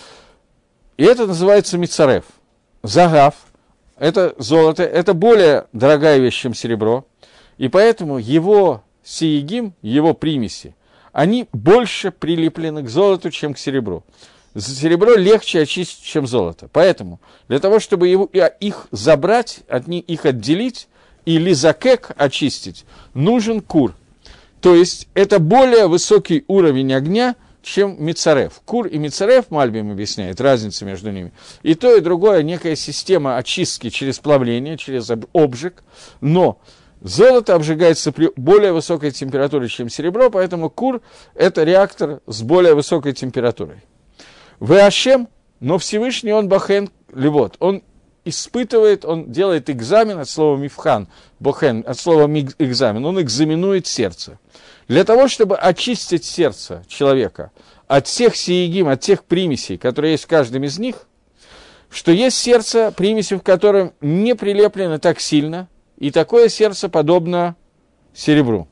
И это называется мицареф. Загав, это золото, это более дорогая вещь, чем серебро. И поэтому его сиегим, его примеси, они больше прилеплены к золоту, чем к серебру. Серебро легче очистить, чем золото. Поэтому для того, чтобы их забрать, их отделить и лизакек очистить, нужен кур. То есть это более высокий уровень огня, чем мицареф. Кур и мицареф, Мальбим объясняет, разница между ними. И то, и другое, некая система очистки через плавление, через обжиг. Но золото обжигается при более высокой температуре, чем серебро, поэтому кур – это реактор с более высокой температурой. Веашем, но Всевышний, он бахен левот, он испытывает, он делает экзамен от слова мифхан, бохен, от слова экзамен, он экзаменует сердце. Для того, чтобы очистить сердце человека от всех сиегим, от тех примесей, которые есть в каждом из них, что есть сердце, примеси в котором не прилеплены так сильно, и такое сердце подобно серебру.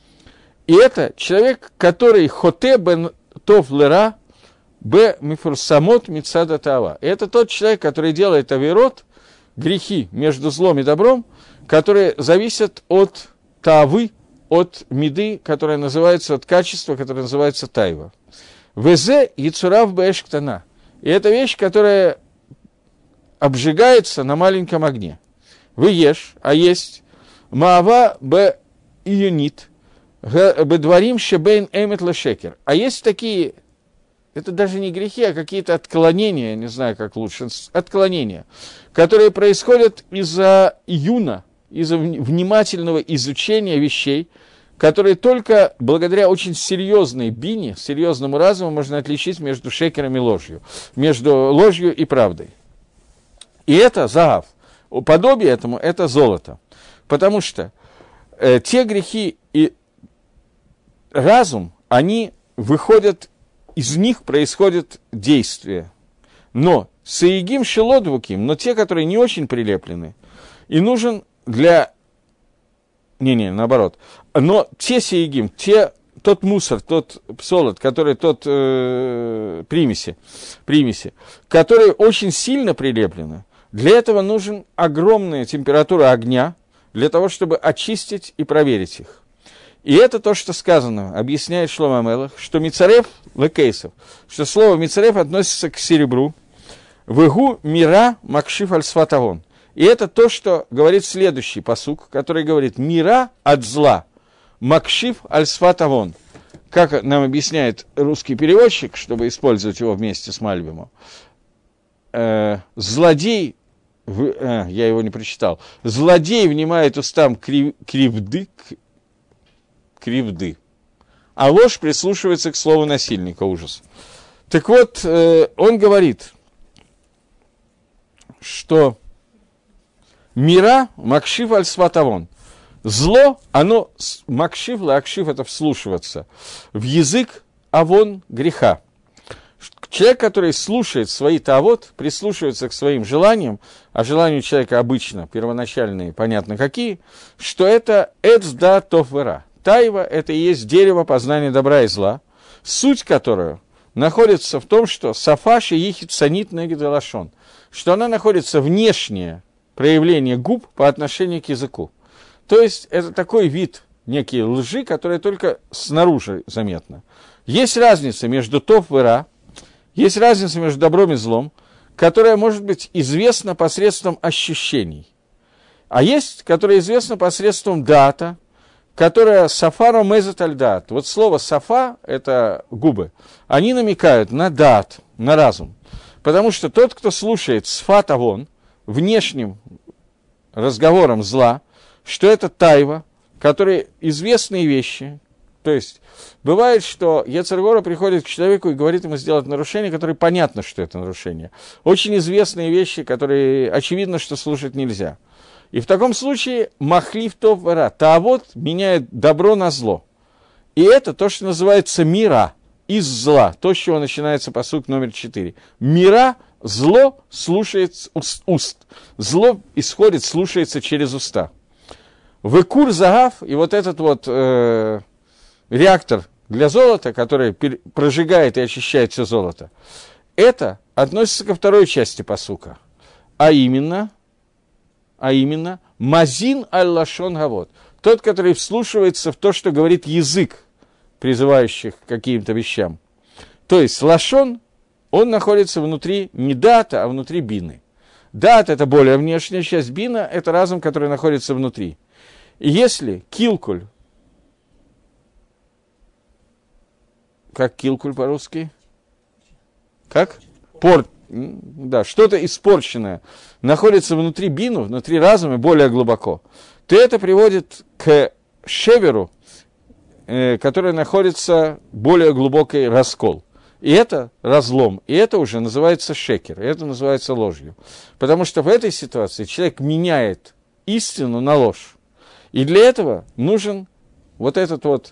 И это человек, который хоте бен тов лера, б мифурсамот мицада тава. Это тот человек, который делает авирот, грехи между злом и добром, которые зависят от тавы, от миды, которая называется, от качества, которое называется тайва. Везе яцурав бэшктана. И это вещь, которая обжигается на маленьком огне. Вы ешь, а есть маава б июнит, бедварим шебейн эмет лешекер. А есть такие... Это даже не грехи, а какие-то отклонения, не знаю, как лучше, отклонения, которые происходят из-за июна, из-за внимательного изучения вещей, которые только благодаря очень серьезной бине, серьезному разуму можно отличить между шекером и ложью, между ложью и правдой. И это загав. Подобие этому – это золото. Потому что те грехи и разум, они выходят, из них происходит действие. Но саигим шелодвуким, но те, которые не очень прилеплены, и нужен для... наоборот. Но те саигим, тот мусор, тот псолот, который примеси, которые очень сильно прилеплены, для этого нужен огромная температура огня, для того, чтобы очистить и проверить их. И это то, что сказано, объясняет Шломо Амелех, что мицареф лекейсов, что слово мицареф относится к серебру, вегу мира макшиф аль-сфатавон. И это то, что говорит следующий пасук, который говорит мира от зла, макшиф аль-сфатавон. Как нам объясняет русский переводчик, чтобы использовать его вместе с Мальбимом, злодей, я его не прочитал, злодей внимает устам кривды, а ложь прислушивается к слову насильника, ужас. Так вот, он говорит, что мира макшив аль-сватавон. Зло, оно, макшив, лакшив, это вслушиваться в язык авон греха. Человек, который слушает свои тавот, прислушивается к своим желаниям, а желания у человека обычно первоначальные, понятно какие, что это эцда тов вера. Тайва – это и есть дерево познания добра и зла, суть которого находится в том, что сафаш и ехид санит негид лашон, что она находится внешнее проявление губ по отношению к языку. То есть это такой вид некие лжи, которая только снаружи заметна. Есть разница между тов вера, есть разница между добром и злом, которая может быть известна посредством ощущений. А есть, которая известна посредством дата, которая сафаро мезет аль дат. Вот слово сафа, это губы, они намекают на дат, на разум. Потому что тот, кто слушает сфат авон, внешним разговором зла, что это тайва, которые известные вещи. То есть, бывает, что Йецер гара приходит к человеку и говорит ему сделать нарушение, которое понятно, что это нарушение. Очень известные вещи, которые очевидно, что слушать нельзя. И в таком случае махлив тов вера, таавот меняет добро на зло. И это то, что называется мира, из зла, то, с чего начинается пасук номер 4. Мира, зло слушает уст. Зло исходит, слушается через уста. Векур загав, и вот этот вот реактор для золота, который прожигает и очищает все золото, это относится ко второй части пасука, а именно мазин аль-лашон гавот, тот, который вслушивается в то, что говорит язык, призывающих к каким-то вещам. То есть лашон, он находится внутри не дата, а внутри бины. Дат – это более внешняя часть, бина – это разум, который находится внутри. И если килкуль, как килкуль по-русски? Как? Да, что-то испорченное находится внутри бину, внутри разума более глубоко, то это приводит к шеверу, который находится более глубокий раскол. И это разлом, и это уже называется шекер, и это называется ложью. Потому что в этой ситуации человек меняет истину на ложь. И для этого нужен вот этот вот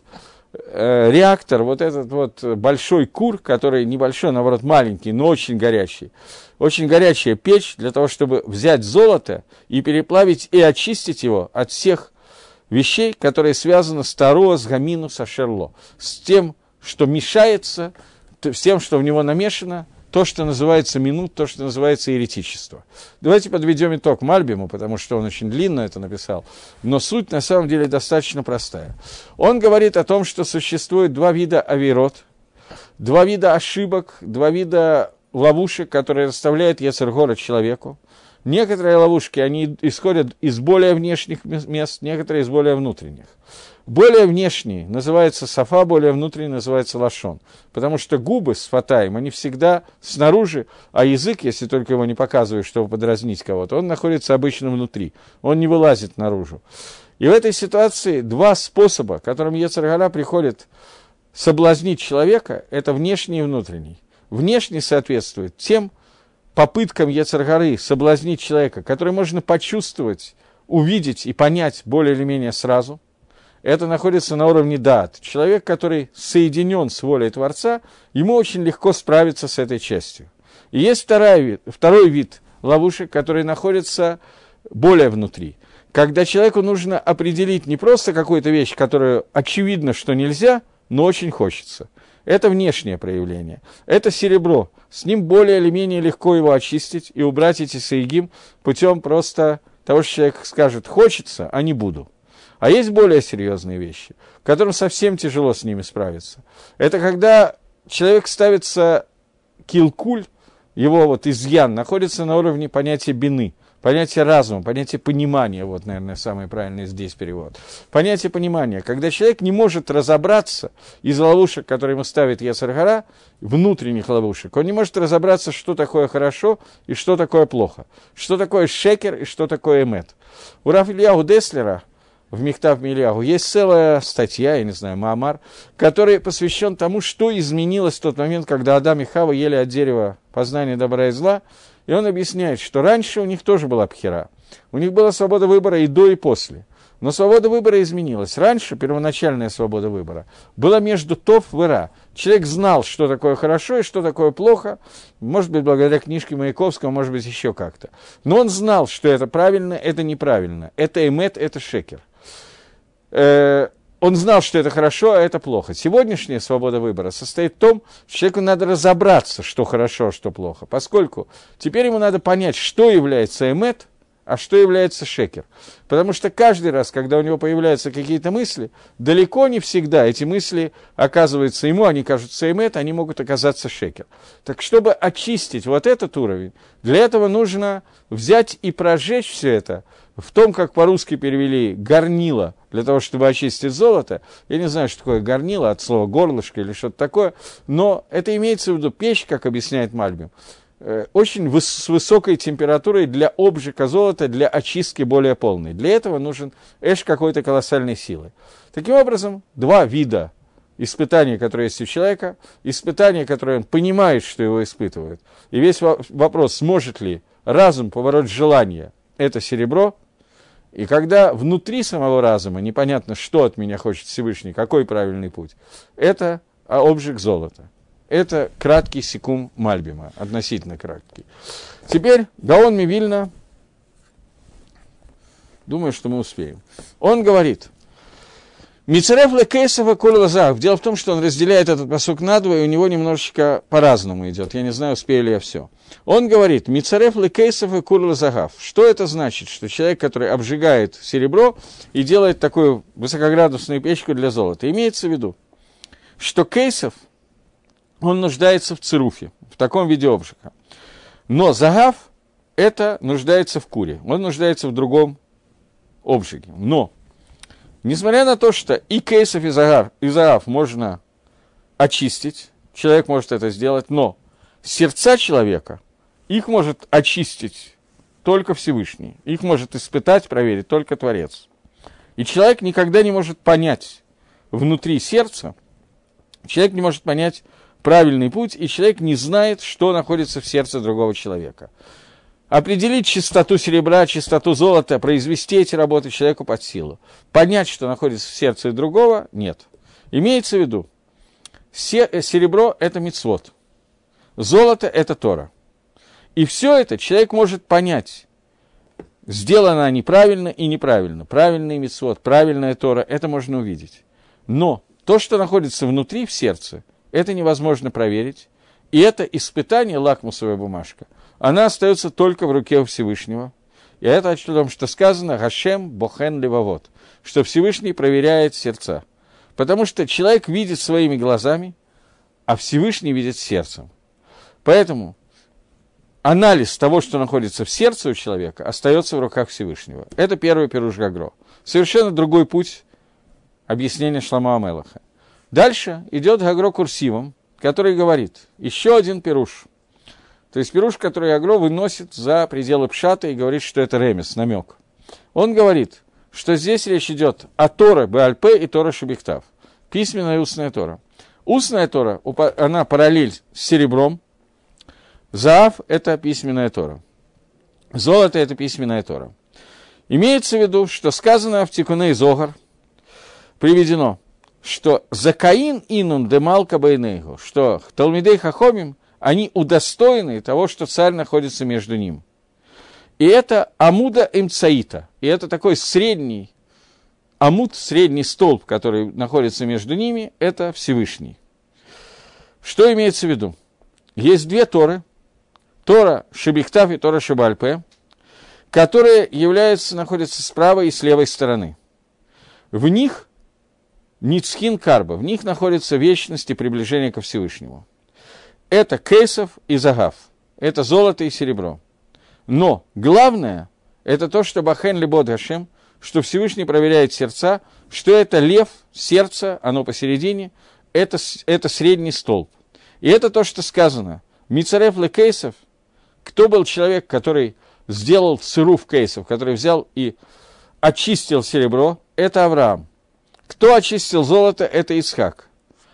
реактор, вот этот вот большой кур, который небольшой, наоборот, маленький, но очень горячий. Очень горячая печь для того, чтобы взять золото и переплавить и очистить его от всех вещей, которые связаны с таро, с гамину, с ашерло. С тем, что мешается, с тем, что в него намешано, то, что называется минут, то, что называется еретичество. Давайте подведем итог Мальбиму, потому что он очень длинно это написал, но суть на самом деле достаточно простая. Он говорит о том, что существует два вида авирот, два вида ошибок, два вида ловушек, которые расставляет Йецер гара человеку. Некоторые ловушки, они исходят из более внешних мест, некоторые из более внутренних. Более внешний называется сафа, более внутренний называется лашон. Потому что губы с фатаем, они всегда снаружи, а язык, если только его не показываешь, чтобы подразнить кого-то, он находится обычно внутри, он не вылазит наружу. И в этой ситуации два способа, которым Йецер гара приходит соблазнить человека, это внешний и внутренний. Внешний соответствует тем попыткам Йецер гары соблазнить человека, которые можно почувствовать, увидеть и понять более или менее сразу. Это находится на уровне даат. Человек, который соединен с волей Творца, ему очень легко справиться с этой частью. И есть второй вид ловушек, который находится более внутри. Когда человеку нужно определить не просто какую-то вещь, которую очевидно, что нельзя, но очень хочется. Это внешнее проявление. Это серебро. С ним более или менее легко его очистить и убрать эти саигим путем просто того, что человек скажет «хочется», а не «буду». А есть более серьезные вещи, которым совсем тяжело с ними справиться. Это когда человек ставится килкуль, его вот изъян, находится на уровне понятия бины, понятия разума, понятия понимания, вот, наверное, самый правильный здесь перевод. Понятие понимания, когда человек не может разобраться из ловушек, которые ему ставит Йецер гара, внутренних ловушек, он не может разобраться, что такое хорошо и что такое плохо, что такое шекер и что такое эмет. У Рав Ильяху Деслера в Михтав Мильяху есть целая статья, я не знаю, маамар, который посвящен тому, что изменилось в тот момент, когда Адам и Хава ели от дерева познания добра и зла. И он объясняет, что раньше у них тоже была бхира. У них была свобода выбора и до, и после. Но свобода выбора изменилась. Раньше первоначальная свобода выбора была между тов и ра. Человек знал, что такое хорошо и что такое плохо, может быть, благодаря книжке Маяковского, может быть, еще как-то. Но он знал, что это правильно, это неправильно, это эмет, это шекер. Он знал, что это хорошо, а это плохо. Сегодняшняя свобода выбора состоит в том, что человеку надо разобраться, что хорошо, а что плохо, поскольку теперь ему надо понять, что является эмет, а что является шекер. Потому что каждый раз, когда у него появляются какие-то мысли, далеко не всегда эти мысли оказываются ему, они кажутся эмет, они могут оказаться шекер. Так чтобы очистить вот этот уровень, для этого нужно взять и прожечь все это в том, как по-русски перевели горнило, для того, чтобы очистить золото. Я не знаю, что такое горнило, от слова горлышко или что-то такое, но это имеется в виду печь, как объясняет Мальбим, очень с высокой температурой для обжига золота, для очистки более полной. Для этого нужен эш какой-то колоссальной силы. Таким образом, два вида испытаний, которые есть у человека, испытания, которые он понимает, что его испытывают. И весь вопрос, сможет ли разум побороть желание, это серебро. И когда внутри самого разума непонятно, что от меня хочет Всевышний, какой правильный путь, это обжиг золота. Это краткий сикум Мальбима, относительно краткий. Теперь Гаон Мивильна, думаю, что мы успеем. Он говорит, Мицареф лекейсова куль лазах. Дело в том, что он разделяет этот пасук надвое, и у него немножечко по-разному идет. Я не знаю, успею ли я все. Он говорит, Мицареф лекейсова куль лазагав. Что это значит? Что человек, который обжигает серебро и делает такую высокоградусную печку для золота. Имеется в виду, что кейсов, он нуждается в цируфе, в таком виде обжига. Но загав, это нуждается в куре, он нуждается в другом обжиге. Но, несмотря на то, что и кейсов, и загав можно очистить, человек может это сделать, но сердца человека, их может очистить только Всевышний, их может испытать, проверить только Творец. И человек никогда не может понять внутри сердца, человек не может понять правильный путь, и человек не знает, что находится в сердце другого человека. Определить чистоту серебра, чистоту золота, произвести эти работы человеку под силу. Понять, что находится в сердце другого, нет. Имеется в виду, серебро – это мицвот, золото – это Тора. И все это человек может понять, сделано они правильно и неправильно. Правильный мицвот, правильная Тора – это можно увидеть. Но то, что находится внутри, в сердце, это невозможно проверить, и это испытание, лакмусовая бумажка, она остается только в руке у Всевышнего. И это о том, что сказано «Гашем бохен левавот», что Всевышний проверяет сердца. Потому что человек видит своими глазами, а Всевышний видит сердцем. Поэтому анализ того, что находится в сердце у человека, остается в руках Всевышнего. Это первый пируш Гагро. Совершенно другой путь объяснения Шломо ха-Мелеха. Дальше идет Гагро курсивом, который говорит, еще один пируш. То есть пируш, который Гагро выносит за пределы пшата и говорит, что это ремес, намек. Он говорит, что здесь речь идет о Торе Беальпе и Торе Шебихтав. Письменная и устная Тора. Устная Тора, она параллель с серебром. Заав – это письменная Тора. Золото – это письменная Тора. Имеется в виду, что сказано в Тикуней Зогар, приведено, что «Закаин инун демалка бейнейгу», что Талмидей Хахомим, они удостоены того, что царь находится между ним. И это Амуда Эмцаита, и это такой средний Амуд, средний столб, который находится между ними, это Всевышний. Что имеется в виду? Есть две Торы, Тора Шебихтав и Тора Шебальпе, которые находятся с правой и с левой стороны. В них Ницхин Карба, в них находится вечность и приближение ко Всевышнему. Это кейсов и загав, это золото и серебро. Но главное, это то, что Бахен Либод Гашем, что Всевышний проверяет сердца, что это лев, сердце, оно посередине, это средний столб. И это то, что сказано. Мицареф ле кейсов, кто был человек, который сделал цируф кейсов, который взял и очистил серебро, это Авраам. Кто очистил золото, это Ицхак.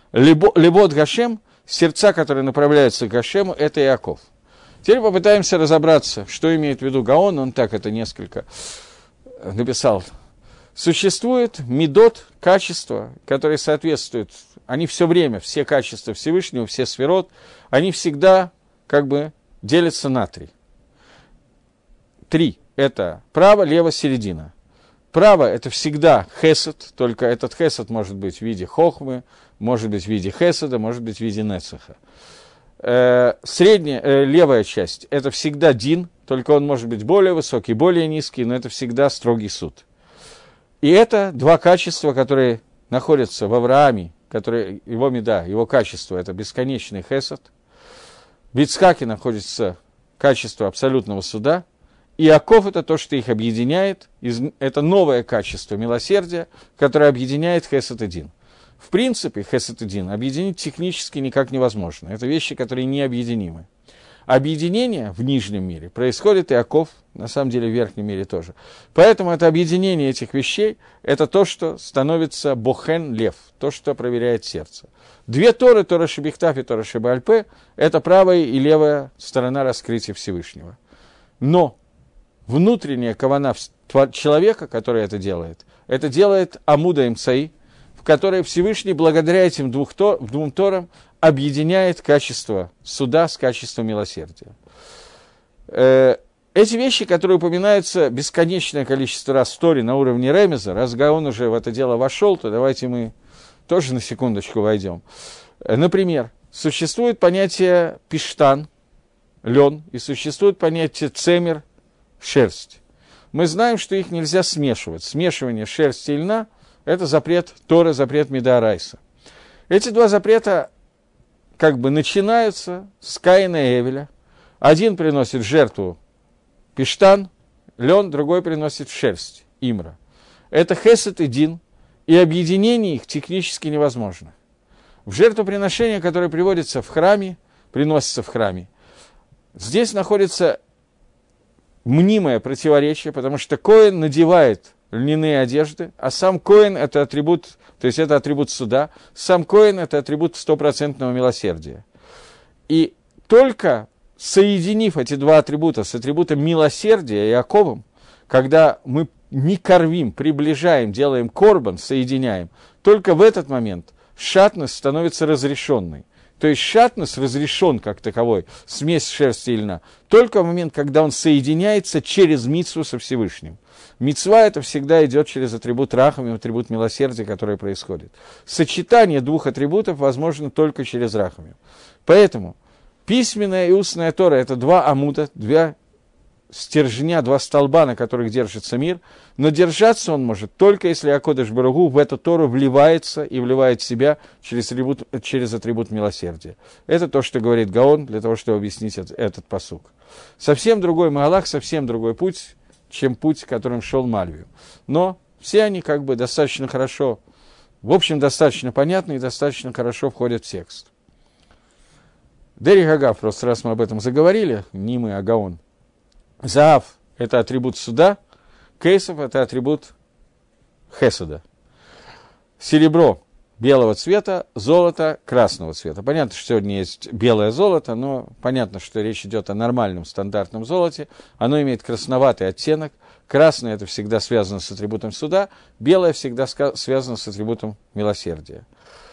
Либод Гашем, сердца, которые направляются к Гашему, это Иаков. Теперь попытаемся разобраться, что имеет в виду Гаон. Он так это несколько написал Существует медот, качества, которые соответствуют, они все время, все качества Всевышнего, все сферот, они всегда как бы делятся на три. Три – это право, лево, середина. Право – это всегда хесед, только этот хесед может быть в виде хохмы, может быть в виде хеседа, может быть в виде нецеха. Средняя, левая часть – это всегда дин, только он может быть более высокий, более низкий, но это всегда строгий суд. И это два качества, которые находятся в Аврааме, которые, его меда, его качество – это бесконечный хесед. В Ицхаке находится качество абсолютного суда. И Иаков – это то, что их объединяет, это новое качество милосердия, которое объединяет хесед и дин. В принципе, хесед и дин объединить технически никак невозможно. Это вещи, которые необъединимы. Объединение в нижнем мире происходит Иаков, на самом деле в верхнем мире тоже. Поэтому это объединение этих вещей, это то, что становится бохен лев, то, что проверяет сердце. Две Торы, Тора Шебихтав и Тора Шебааль-Пе, это правая и левая сторона раскрытия Всевышнего. Но внутренняя кавана человека, который это делает Амуда Имцаи, в которой Всевышний благодаря этим двум Торам объединяет качество суда с качеством милосердия. Эти вещи, которые упоминаются бесконечное количество раз в Торе на уровне Ремеза, раз Гаон уже в это дело вошел, то давайте мы тоже на секундочку войдем. Например, существует понятие пиштан, лен, и существует понятие цемер, шерсть. Мы знаем, что их нельзя смешивать. Смешивание шерсти и льна – это запрет Торы, запрет Мида-Райса. Эти два запрета как бы начинаются с Каина и Эвеля. Один приносит в жертву пиштан, лен, другой приносит в шерсть, имра. Это хесед и дин, и объединение их технически невозможно. В жертвоприношение, которое приносится в храме, здесь находится мнимое противоречие, потому что коэн надевает льняные одежды, а сам коэн – это атрибут, то есть это атрибут суда, сам коэн – это атрибут стопроцентного милосердия. И только соединив эти два атрибута с атрибутом милосердия Иаковом, когда мы микорвим, приближаем, делаем корбан, соединяем, только в этот момент шатнес становится разрешенной. То есть шатнес разрешен как таковой, смесь шерсти и льна, только в момент, когда он соединяется через мицву со Всевышним. Мицва это всегда идет через атрибут рахамим, атрибут милосердия, которое происходит. Сочетание двух атрибутов возможно только через рахамим. Поэтому письменная и устная Тора – это два амуда, два стержня, два столба, на которых держится мир, но держаться он может только если Акодеш Баругу в эту Тору вливается и вливает себя через атрибут милосердия. Это то, что говорит Гаон, для того, чтобы объяснить этот пасук. Совсем другой Маалах, совсем другой путь, чем путь, которым шел Мальвию. Но все они как бы достаточно хорошо, в общем, достаточно понятны и достаточно хорошо входят в текст. Дерих Агав, просто раз мы об этом заговорили, не мы, а Гаон. Заав – это атрибут суда, кейсов – это атрибут хеседа. Серебро белого цвета, золото красного цвета. Понятно, что сегодня есть белое золото, но понятно, что речь идет о нормальном стандартном золоте. Оно имеет красноватый оттенок. Красное – это всегда связано с атрибутом суда, белое всегда связано с атрибутом милосердия.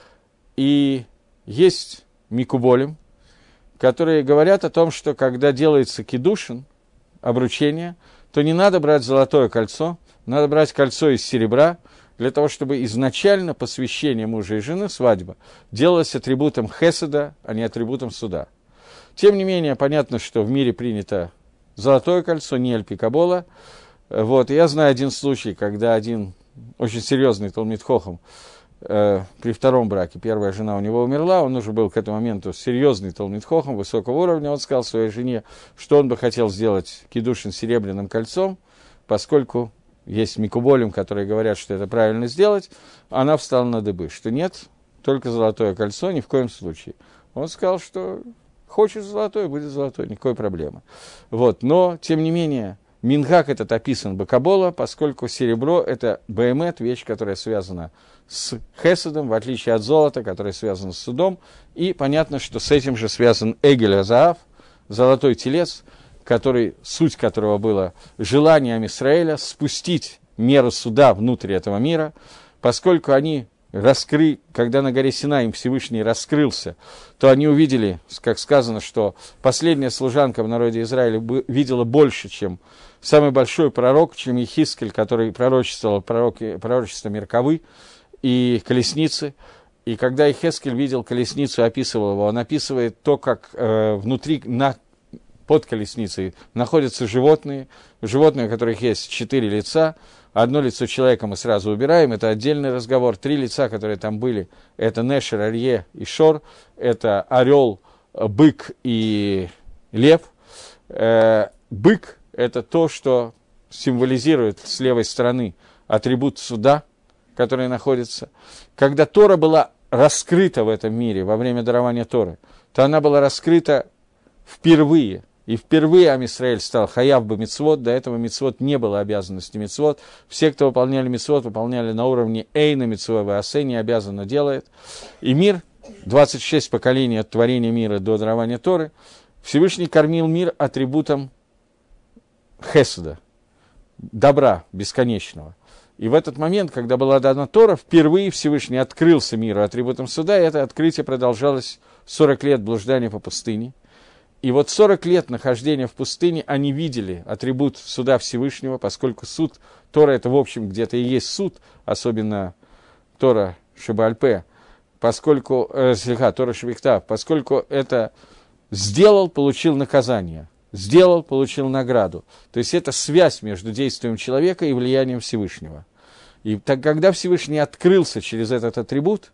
И есть микуболим, которые говорят о том, что когда делается кидушин, обручение, то не надо брать золотое кольцо, надо брать кольцо из серебра, для того, чтобы изначально посвящение мужа и жены, свадьба, делалось атрибутом хеседа, а не атрибутом суда. Тем не менее, понятно, что в мире принято золотое кольцо, не эль-пикабола. Вот, я знаю один случай, когда один очень серьезный Талмид Хохам при втором браке, первая жена у него умерла, он уже был к этому моменту серьезный Талмид Хохам, высокого уровня, он сказал своей жене, что он бы хотел сделать кидушин серебряным кольцом, поскольку есть микуболим, которые говорят, что это правильно сделать, она встала на дыбы, что нет, только золотое кольцо, ни в коем случае. Он сказал, что хочешь золотое, будет золотое, никакой проблемы. Вот, но, тем не менее, мингак этот описан бакабола, поскольку серебро – это баэмет, вещь, которая связана с хеседом, в отличие от золота, которое связано с судом. И понятно, что с этим же связан эгель азаав, золотой телец, суть которого было желанием Исраэля спустить меру суда внутри этого мира, поскольку они когда на горе Синай им Всевышний раскрылся, то они увидели, как сказано, что последняя служанка в народе Израиля видела больше, чем самый большой пророк, чем Ехискель, который пророчествовал пророчество Меркавы и колесницы. И когда Ехескель видел колесницу, описывал его, он описывает то, как внутри, под колесницей находятся животные, у которых есть 4 лица. Одно лицо человека мы сразу убираем, это отдельный разговор. 3 лица, которые там были, это Нешер, Арье и Шор, это орел, бык и лев. Бык – это то, что символизирует с левой стороны атрибут суда, который находится. Когда Тора была раскрыта в этом мире во время дарования Торы, то она была раскрыта впервые. И впервые Ам Исраэль стал хаяв бе-мицвот, до этого мицвот не было обязанности мицвот. Все, кто выполняли мицвот, выполняли на уровне эйна мицвот ваасе, не обязанно делает. И мир, 26 поколений от творения мира до дарования Торы, Всевышний кормил мир атрибутом хесуда, добра бесконечного. И в этот момент, когда была дана Тора, впервые Всевышний открылся миру атрибутом суда, и это открытие продолжалось 40 лет блуждания по пустыне. И вот 40 лет нахождения в пустыне они видели атрибут суда Всевышнего, поскольку суд, Тора это в общем где-то и есть суд, особенно Тора Шебаальпе, поскольку, Тора Шебихтав, поскольку это сделал, получил наказание, сделал, получил награду. То есть это связь между действием человека и влиянием Всевышнего. И так, когда Всевышний открылся через этот атрибут,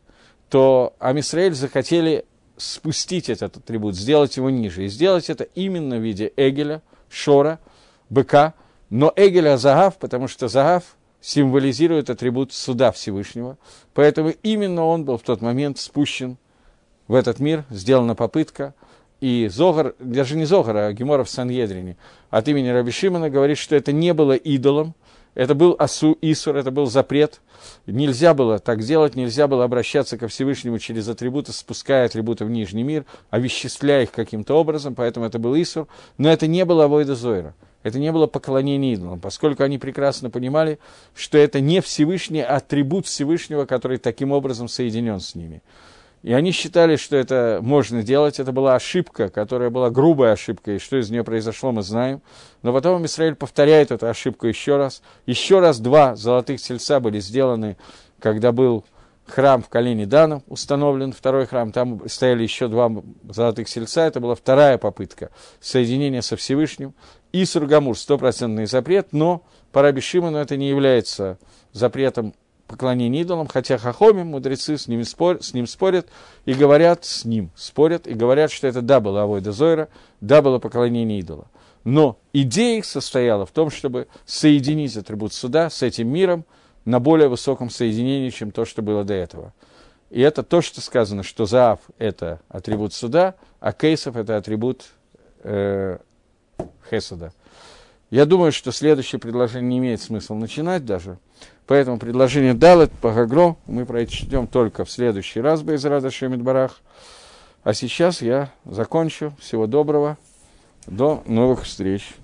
то Ам Исраэль захотели спустить этот атрибут, сделать его ниже. И сделать это именно в виде эгеля, шора, быка. Но эгеля загав, потому что загав символизирует атрибут суда Всевышнего. Поэтому именно он был в тот момент спущен в этот мир, сделана попытка. И Зогар, даже не Зогар, а Гемора в Саньедрине от имени Раби Шимона говорит, что это не было идолом, это был асу исур, это был запрет. Нельзя было так делать, нельзя было обращаться ко Всевышнему через атрибуты, спуская атрибуты в нижний мир, овеществляя их каким-то образом, поэтому это был исур. Но это не было авойда зойра, это не было поклонение идолам, поскольку они прекрасно понимали, что это не Всевышний, а атрибут Всевышнего, который таким образом соединен с ними. И они считали, что это можно делать. Это была ошибка, которая была грубая ошибка, и что из нее произошло, мы знаем. Но потом Израиль повторяет эту ошибку еще раз. Еще раз 2 золотых тельца были сделаны, когда был храм в колене Дана установлен, второй храм. Там стояли еще 2 золотых тельца. Это была вторая попытка соединения со Всевышним. Исур гамур, 100% запрет, но по Раби Шимону это не является запретом поклонение идолам, хотя хахомим, мудрецы с ним спорят и говорят, спорят и говорят, что это да, было авойда зойра, да, было поклонение идола. Но идея их состояла в том, чтобы соединить атрибут суда с этим миром на более высоком соединении, чем то, что было до этого. И это то, что сказано, что заав – это атрибут суда, а кейсов – это атрибут хесада. Я думаю, что следующее предложение не имеет смысла начинать даже. Поэтому предложение Далет по Гагро мы прочтем только в следующий раз, Бейзрат Ашем Идбарах. А сейчас я закончу. Всего доброго. До новых встреч.